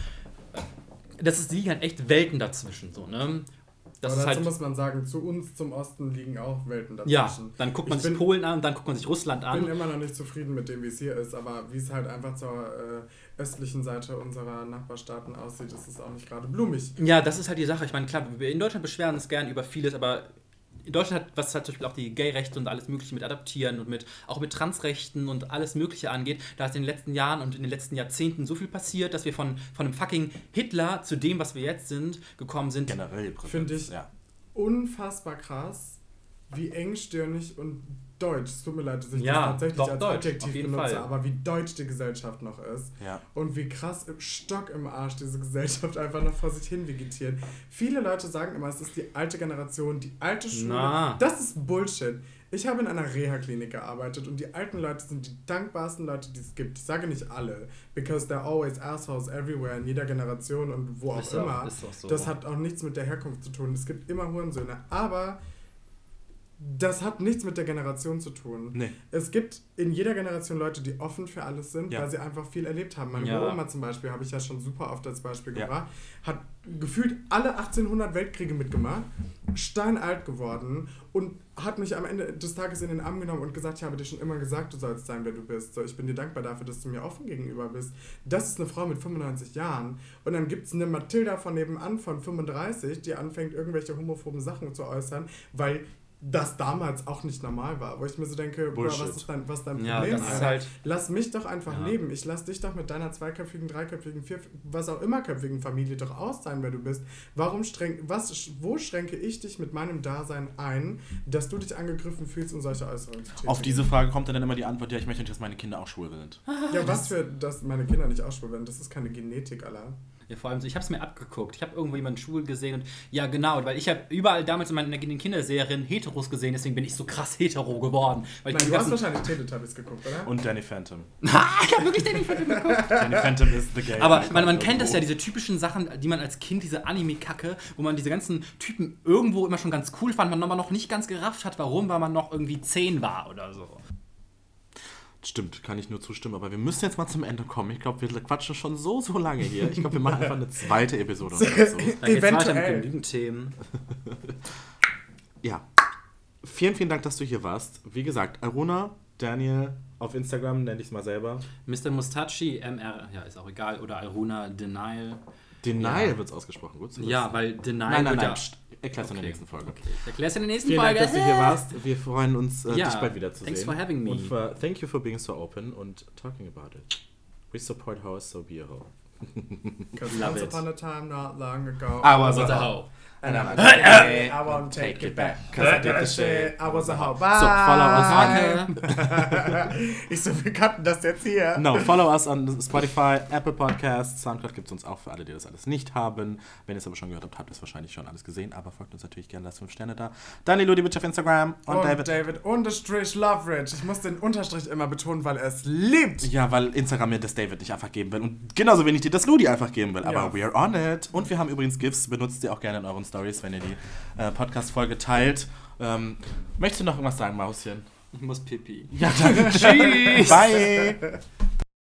Das ist, liegen halt echt Welten dazwischen, so, ne? Das Aber ist dazu halt, muss man sagen, zu uns zum Osten liegen auch Welten dazwischen. ja, dann guckt man ich sich bin, Polen an, dann guckt man sich Russland an. Ich bin immer noch nicht zufrieden mit dem, wie es hier ist, aber wie es halt einfach zur äh, östlichen Seite unserer Nachbarstaaten aussieht, ist es auch nicht gerade blumig. Ja, das ist halt die Sache. Ich meine, klar, wir in Deutschland beschweren uns gern über vieles, aber in Deutschland hat, was halt zum Beispiel auch die Gay-Rechte und alles Mögliche mit Adoptieren und mit auch mit Transrechten und alles Mögliche angeht, da ist in den letzten Jahren und in den letzten Jahrzehnten so viel passiert, dass wir von, von einem fucking Hitler zu dem, was wir jetzt sind, gekommen sind. Generell finde ich ja. unfassbar krass, wie engstirnig und deutsch, es tut mir leid, dass ich ja, das tatsächlich doch, als deutsch, Adjektiv benutze, Fall. aber wie deutsch die Gesellschaft noch ist ja. und wie krass im Stock im Arsch diese Gesellschaft einfach noch vor sich hin vegetiert. Viele Leute sagen immer, es ist die alte Generation, die alte Schule. Na. Das ist Bullshit. Ich habe in einer Reha-Klinik gearbeitet und die alten Leute sind die dankbarsten Leute, die es gibt. Ich sage nicht alle, because there are always assholes everywhere, in jeder Generation und wo auch ist immer. Auch, ist auch so. Das hat auch nichts mit der Herkunft zu tun. Es gibt immer Hurensöhne, aber das hat nichts mit der Generation zu tun. Nee. Es gibt in jeder Generation Leute, die offen für alles sind, ja. weil sie einfach viel erlebt haben. Meine ja. Oma zum Beispiel, habe ich ja schon super oft als Beispiel ja. gebracht, hat gefühlt alle achtzehnhundert Weltkriege mitgemacht, steinalt geworden und hat mich am Ende des Tages in den Arm genommen und gesagt, ich habe dir schon immer gesagt, du sollst sein, wer du bist. So, ich bin dir dankbar dafür, dass du mir offen gegenüber bist. Das ist eine Frau mit fünfundneunzig Jahren. Und dann gibt es eine Mathilda von nebenan von fünfunddreißig, die anfängt, irgendwelche homophoben Sachen zu äußern, weil das damals auch nicht normal war, wo ich mir so denke, Bruder, was ist dein, was dein Problem? Ja, das ist halt lass mich doch einfach ja. leben. Ich lass dich doch mit deiner zweiköpfigen, dreiköpfigen, vier, was auch immer köpfigen Familie doch aus sein, wer du bist. Warum streng, was, wo schränke ich dich mit meinem Dasein ein, dass du dich angegriffen fühlst, um solche Äußerungen zu tätigen? Auf diese Frage kommt dann immer die Antwort, ja, ich möchte nicht, dass meine Kinder auch schwul sind. Ja, was für, dass meine Kinder nicht auch schwul werden, das ist keine Genetik, Alter. Ja, vor allem so, ich habe es mir abgeguckt. Ich habe irgendwo jemanden schwul gesehen und ja, genau, weil ich habe überall damals in meinen in den Kinderserien Heteros gesehen, deswegen bin ich so krass hetero geworden. Weil Nein, ich du hast wahrscheinlich Teletubbies geguckt, oder? Und Danny Phantom. ich habe wirklich Danny Phantom geguckt. Danny Phantom ist the gay. Aber man, man kennt das ja, diese typischen Sachen, die man als Kind, diese Anime-Kacke, wo man diese ganzen Typen irgendwo immer schon ganz cool fand, man aber noch nicht ganz gerafft hat, warum, weil man noch irgendwie zehn war oder so. Stimmt, kann ich nur zustimmen, aber wir müssen jetzt mal zum Ende kommen. Ich glaube, wir quatschen schon so, so lange hier. Ich glaube, wir machen einfach eine zweite Episode. So. Da geht's weiter mit genügend Themen. Ja. Vielen, vielen Dank, dass du hier warst. Wie gesagt, Aruna, Daniel, auf Instagram nenne ich es mal selber. Mister Mustachi, M R, ja, ist auch egal. Oder Aruna Denial. Denial ja. wird es ausgesprochen, gut zu wissen. Ja, weil Denial nein, nein, nein, ja... Erklär's okay. in der nächsten Folge. Okay. Ich erklär's in der nächsten Vielen Folge. Dank, dass du hier warst. Wir freuen uns, äh, ja, dich bald wiederzusehen. Thanks for having me. Und für, thank you for being so open and talking about it. We support hoes, so be a hoe. Because once upon a time, not long ago, I was a hoe. And I'm a hey, I won't take it back. Cause I did the shit. I was a hoe. Bye. So, follow us on... ich so, wir cutten das jetzt hier. No, follow us on Spotify, Apple Podcasts, Soundcloud gibt es uns auch für alle, die das alles nicht haben. Wenn ihr es aber schon gehört habt, habt ihr es wahrscheinlich schon alles gesehen. Aber folgt uns natürlich gerne, lasst fünf Sterne da. Dani Ludwig auf Instagram und, und David. David unterstrich Loveridge. Ich muss den Unterstrich immer betonen, weil er es liebt. Ja, weil Instagram mir das David nicht einfach geben will. Und genauso wenig dir das Ludi einfach geben will. Aber ja. We are on it. Und wir haben übrigens GIFs. Benutzt ihr auch gerne in euren Stories, wenn ihr die äh, Podcast-Folge teilt. Ähm, möchtest du noch irgendwas sagen, Mauschen? Ich muss pipi. Ja, dann tschüss. Bye.